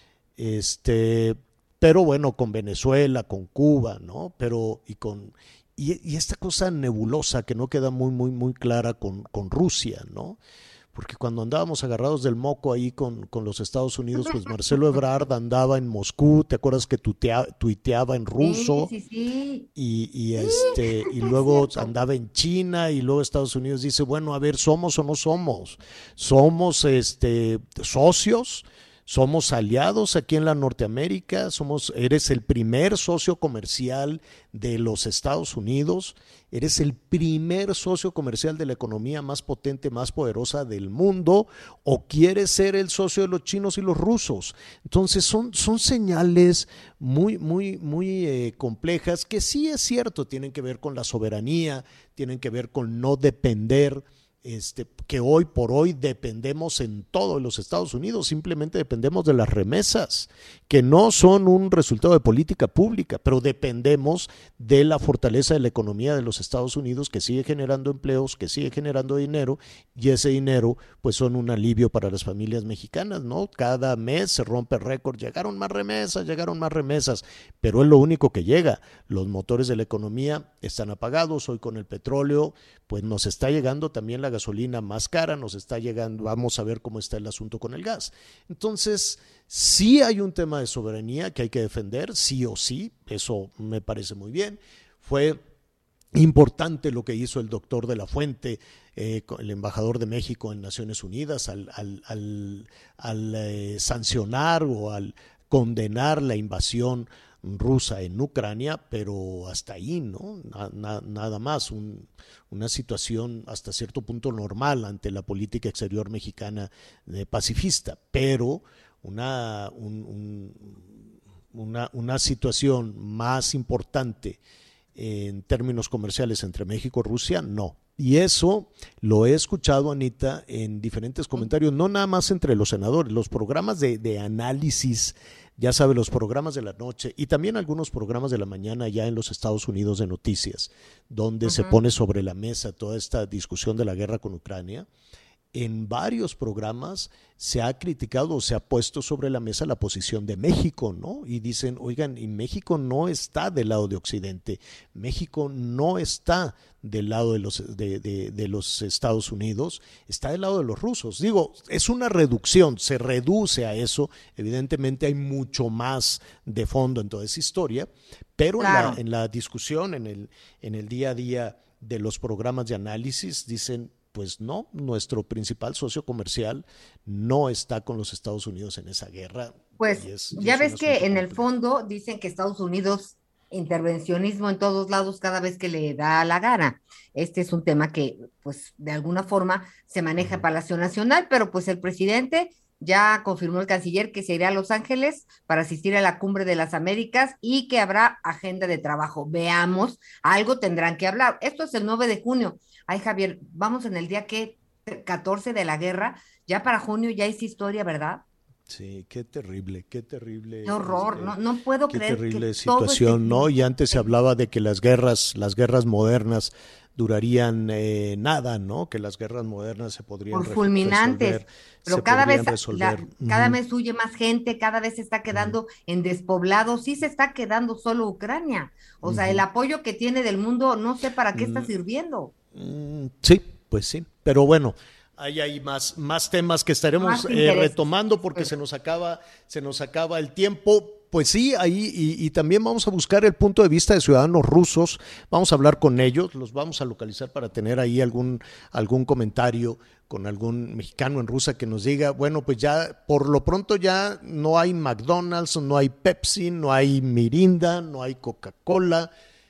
Este, pero bueno, con Venezuela, con Cuba, ¿no? Pero, y con, y, y esta cosa nebulosa que no queda muy, muy, muy clara con, con Rusia, ¿no? Porque cuando andábamos agarrados del moco ahí con, con los Estados Unidos, pues Marcelo Ebrard andaba en Moscú, ¿te acuerdas que tutea, tuiteaba en ruso? Sí, sí, sí. Y, y, este, y luego andaba en China, y luego Estados Unidos dice, bueno, a ver, ¿somos o no somos? ¿Somos este, socios? ¿Somos aliados aquí en la Norteamérica? Somos, eres el primer socio comercial de los Estados Unidos, eres el primer socio comercial de la economía más potente, más poderosa del mundo, o quieres ser el socio de los chinos y los rusos. Entonces son, son señales muy, muy, muy eh, complejas, que sí es cierto, tienen que ver con la soberanía, tienen que ver con no depender. Este, que hoy por hoy dependemos en todo de los Estados Unidos, simplemente dependemos de las remesas, que no son un resultado de política pública, pero dependemos de la fortaleza de la economía de los Estados Unidos, que sigue generando empleos, que sigue generando dinero, y ese dinero pues son un alivio para las familias mexicanas, ¿no? Cada mes se rompe récord, llegaron más remesas, llegaron más remesas, pero es lo único que llega. Los motores de la economía están apagados, hoy con el petróleo pues nos está llegando también la gasolina más cara, nos está llegando, vamos a ver cómo está el asunto con el gas. Entonces, sí hay un tema de soberanía que hay que defender, sí o sí, eso me parece muy bien. Fue importante lo que hizo el doctor de la Fuente, eh, el embajador de México en Naciones Unidas, al, al, al, al eh, sancionar o al condenar la invasión rusa en Ucrania, pero hasta ahí, ¿no? Na, na, nada más, un, una situación hasta cierto punto normal ante la política exterior mexicana eh, pacifista, pero una, un, un, una, una situación más importante en términos comerciales entre México y Rusia, no. Y eso lo he escuchado, Anita, en diferentes comentarios, no nada más entre los senadores, los programas de, de análisis, ya sabe, los programas de la noche y también algunos programas de la mañana ya en los Estados Unidos de noticias, donde uh-huh. se pone sobre la mesa toda esta discusión de la guerra con Ucrania. En varios programas se ha criticado o se ha puesto sobre la mesa la posición de México, ¿no? Y dicen, oigan, y México no está del lado de Occidente, México no está del lado de los, de, de, de los Estados Unidos, está del lado de los rusos. Digo, es una reducción, se reduce a eso, evidentemente hay mucho más de fondo en toda esa historia, pero claro. en, la, en la discusión, en el, en el día a día de los programas de análisis, dicen, pues no, nuestro principal socio comercial no está con los Estados Unidos en esa guerra. Pues es, ya ves que en el fondo dicen que Estados Unidos, intervencionismo en todos lados cada vez que le da la gana. Este es un tema que pues de alguna forma se maneja en Palacio Nacional, pero pues el presidente ya confirmó el canciller que se irá a Los Ángeles para asistir a la Cumbre de las Américas y que habrá agenda de trabajo. Veamos, algo tendrán que hablar. Esto es el nueve de junio. Ay, Javier, vamos en el día que catorce de la guerra, ya para junio ya es historia, ¿verdad? Sí, qué terrible, qué terrible. Qué horror, este, no, no puedo qué creer terrible que situación, todo este... ¿no? Y antes se hablaba de que las guerras, las guerras modernas durarían eh, nada, ¿no? Que las guerras modernas se podrían por re- fulminantes, resolver, pero se cada podrían vez, resolver. la, cada Ujú. vez huye más gente, cada vez se está quedando en despoblados, sí se está quedando solo Ucrania. O sea, el Ujú. apoyo que tiene del mundo, no sé para qué está Mm. sirviendo. Mm, sí, pues sí, pero bueno, ahí hay más, más temas que estaremos Más eh, intereses. retomando porque se nos acaba, se nos acaba el tiempo. Pues sí, ahí y, y también vamos a buscar el punto de vista de ciudadanos rusos, vamos a hablar con ellos, los vamos a localizar para tener ahí algún, algún comentario con algún mexicano en Rusia que nos diga, bueno, pues ya por lo pronto ya no hay McDonald's, no hay Pepsi, no hay Mirinda, no hay Coca-Cola.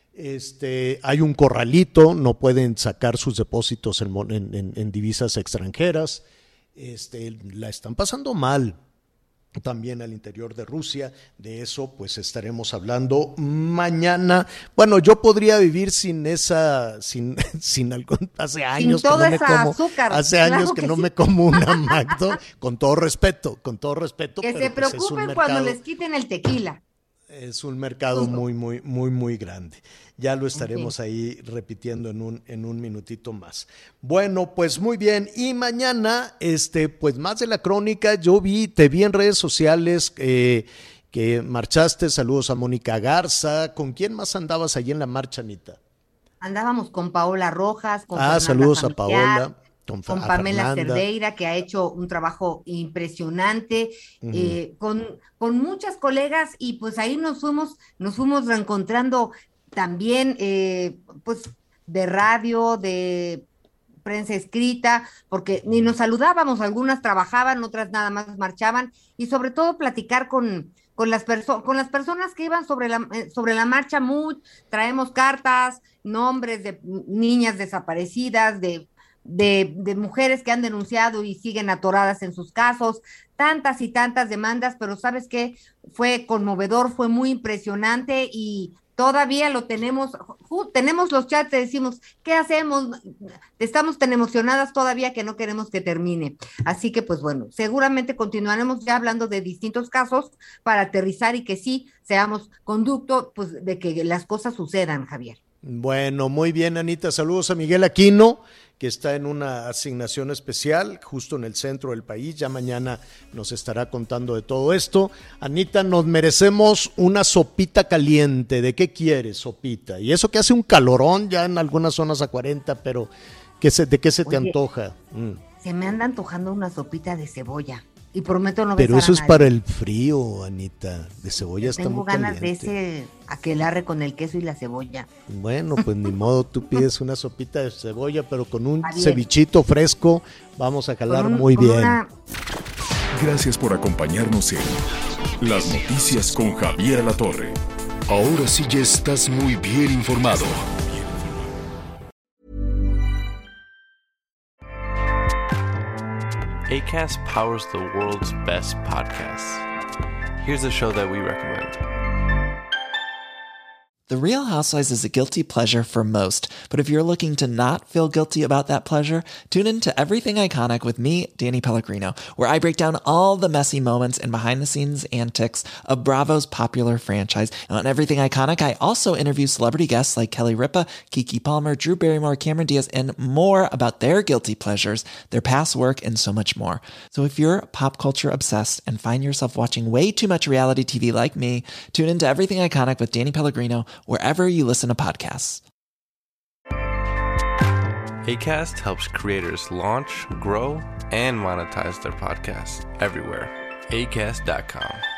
Este, hay un corralito, no pueden sacar sus depósitos en, mon- en, en- en divisas extranjeras, este, la están pasando mal también al interior de Rusia. De eso pues estaremos hablando mañana. Bueno, yo podría vivir sin esa, sin, sin algún, hace años que todo no me ese como, azúcar, hace claro años que, que no sí. me como una Magdo, con todo respeto, con todo respeto. Que pero se pues es un preocupen cuando mercado- les quiten el tequila. es un mercado Justo. muy, muy, muy, muy grande. Ya lo estaremos ahí repitiendo en un, en un minutito más. Bueno, pues muy bien. Y mañana, este, pues más de la crónica. Yo vi, te vi en redes sociales eh, que marchaste. Saludos a Mónica Garza. ¿Con quién más andabas allí en la marcha, Anita? Andábamos con Paola Rojas, con Ah, Fernanda saludos a Familiar, Paola. Con, con a Pamela Fernanda. Cerdeira, que ha hecho un trabajo impresionante, Ujú. eh, con, con muchas colegas, y pues ahí nos fuimos, nos fuimos reencontrando también, eh, pues, de radio, de prensa escrita, porque ni nos saludábamos, algunas trabajaban, otras nada más marchaban, y sobre todo platicar con, con las perso- con las personas que iban sobre la, eh, sobre la marcha. Muy, traemos cartas, nombres de niñas desaparecidas, de De, de mujeres que han denunciado y siguen atoradas en sus casos, tantas y tantas demandas, pero ¿sabes qué? Fue conmovedor, fue muy impresionante, y todavía lo tenemos, ju- tenemos los chats, te decimos, ¿qué hacemos? Estamos tan emocionadas todavía que no queremos que termine. Así que pues bueno, seguramente continuaremos ya hablando de distintos casos para aterrizar y que sí seamos conducto, pues, de que las cosas sucedan, Javier. Bueno, muy bien, Anita. Saludos a Miguel Aquino, que está en una asignación especial justo en el centro del país. Ya mañana nos estará contando de todo esto. Anita, nos merecemos una sopita caliente. ¿De qué quieres, sopita? Y eso que hace un calorón ya en algunas zonas a cuarenta, pero ¿qué se, ¿de qué se te Oye, antoja? Mm. Se me anda antojando una sopita de cebolla, y prometo no Pero besar eso a es nadie. para el frío, Anita. De cebolla está Tengo muy ganas caliente. de ese aquelarre con el queso y la cebolla. Bueno, pues ni modo, tú pides una sopita de cebolla, pero con un Está bien. cevichito fresco vamos a jalar Con un- muy con bien. una- Gracias por acompañarnos en Las Noticias con Javier Alatorre. Ahora sí ya estás muy bien informado. Acast powers the world's best podcasts. Here's a show that we recommend. The Real Housewives is a guilty pleasure for most, but if you're looking to not feel guilty about that pleasure, tune in to Everything Iconic with me, Danny Pellegrino, where I break down all the messy moments and behind-the-scenes antics of Bravo's popular franchise. And on Everything Iconic, I also interview celebrity guests like Kelly Ripa, Keke Palmer, Drew Barrymore, Cameron Diaz, and more about their guilty pleasures, their past work, and so much more. So if you're pop culture obsessed and find yourself watching way too much reality T V like me, tune into Everything Iconic with Danny Pellegrino, wherever you listen to podcasts. Acast helps creators launch, grow, and monetize their podcasts everywhere. acast dot com.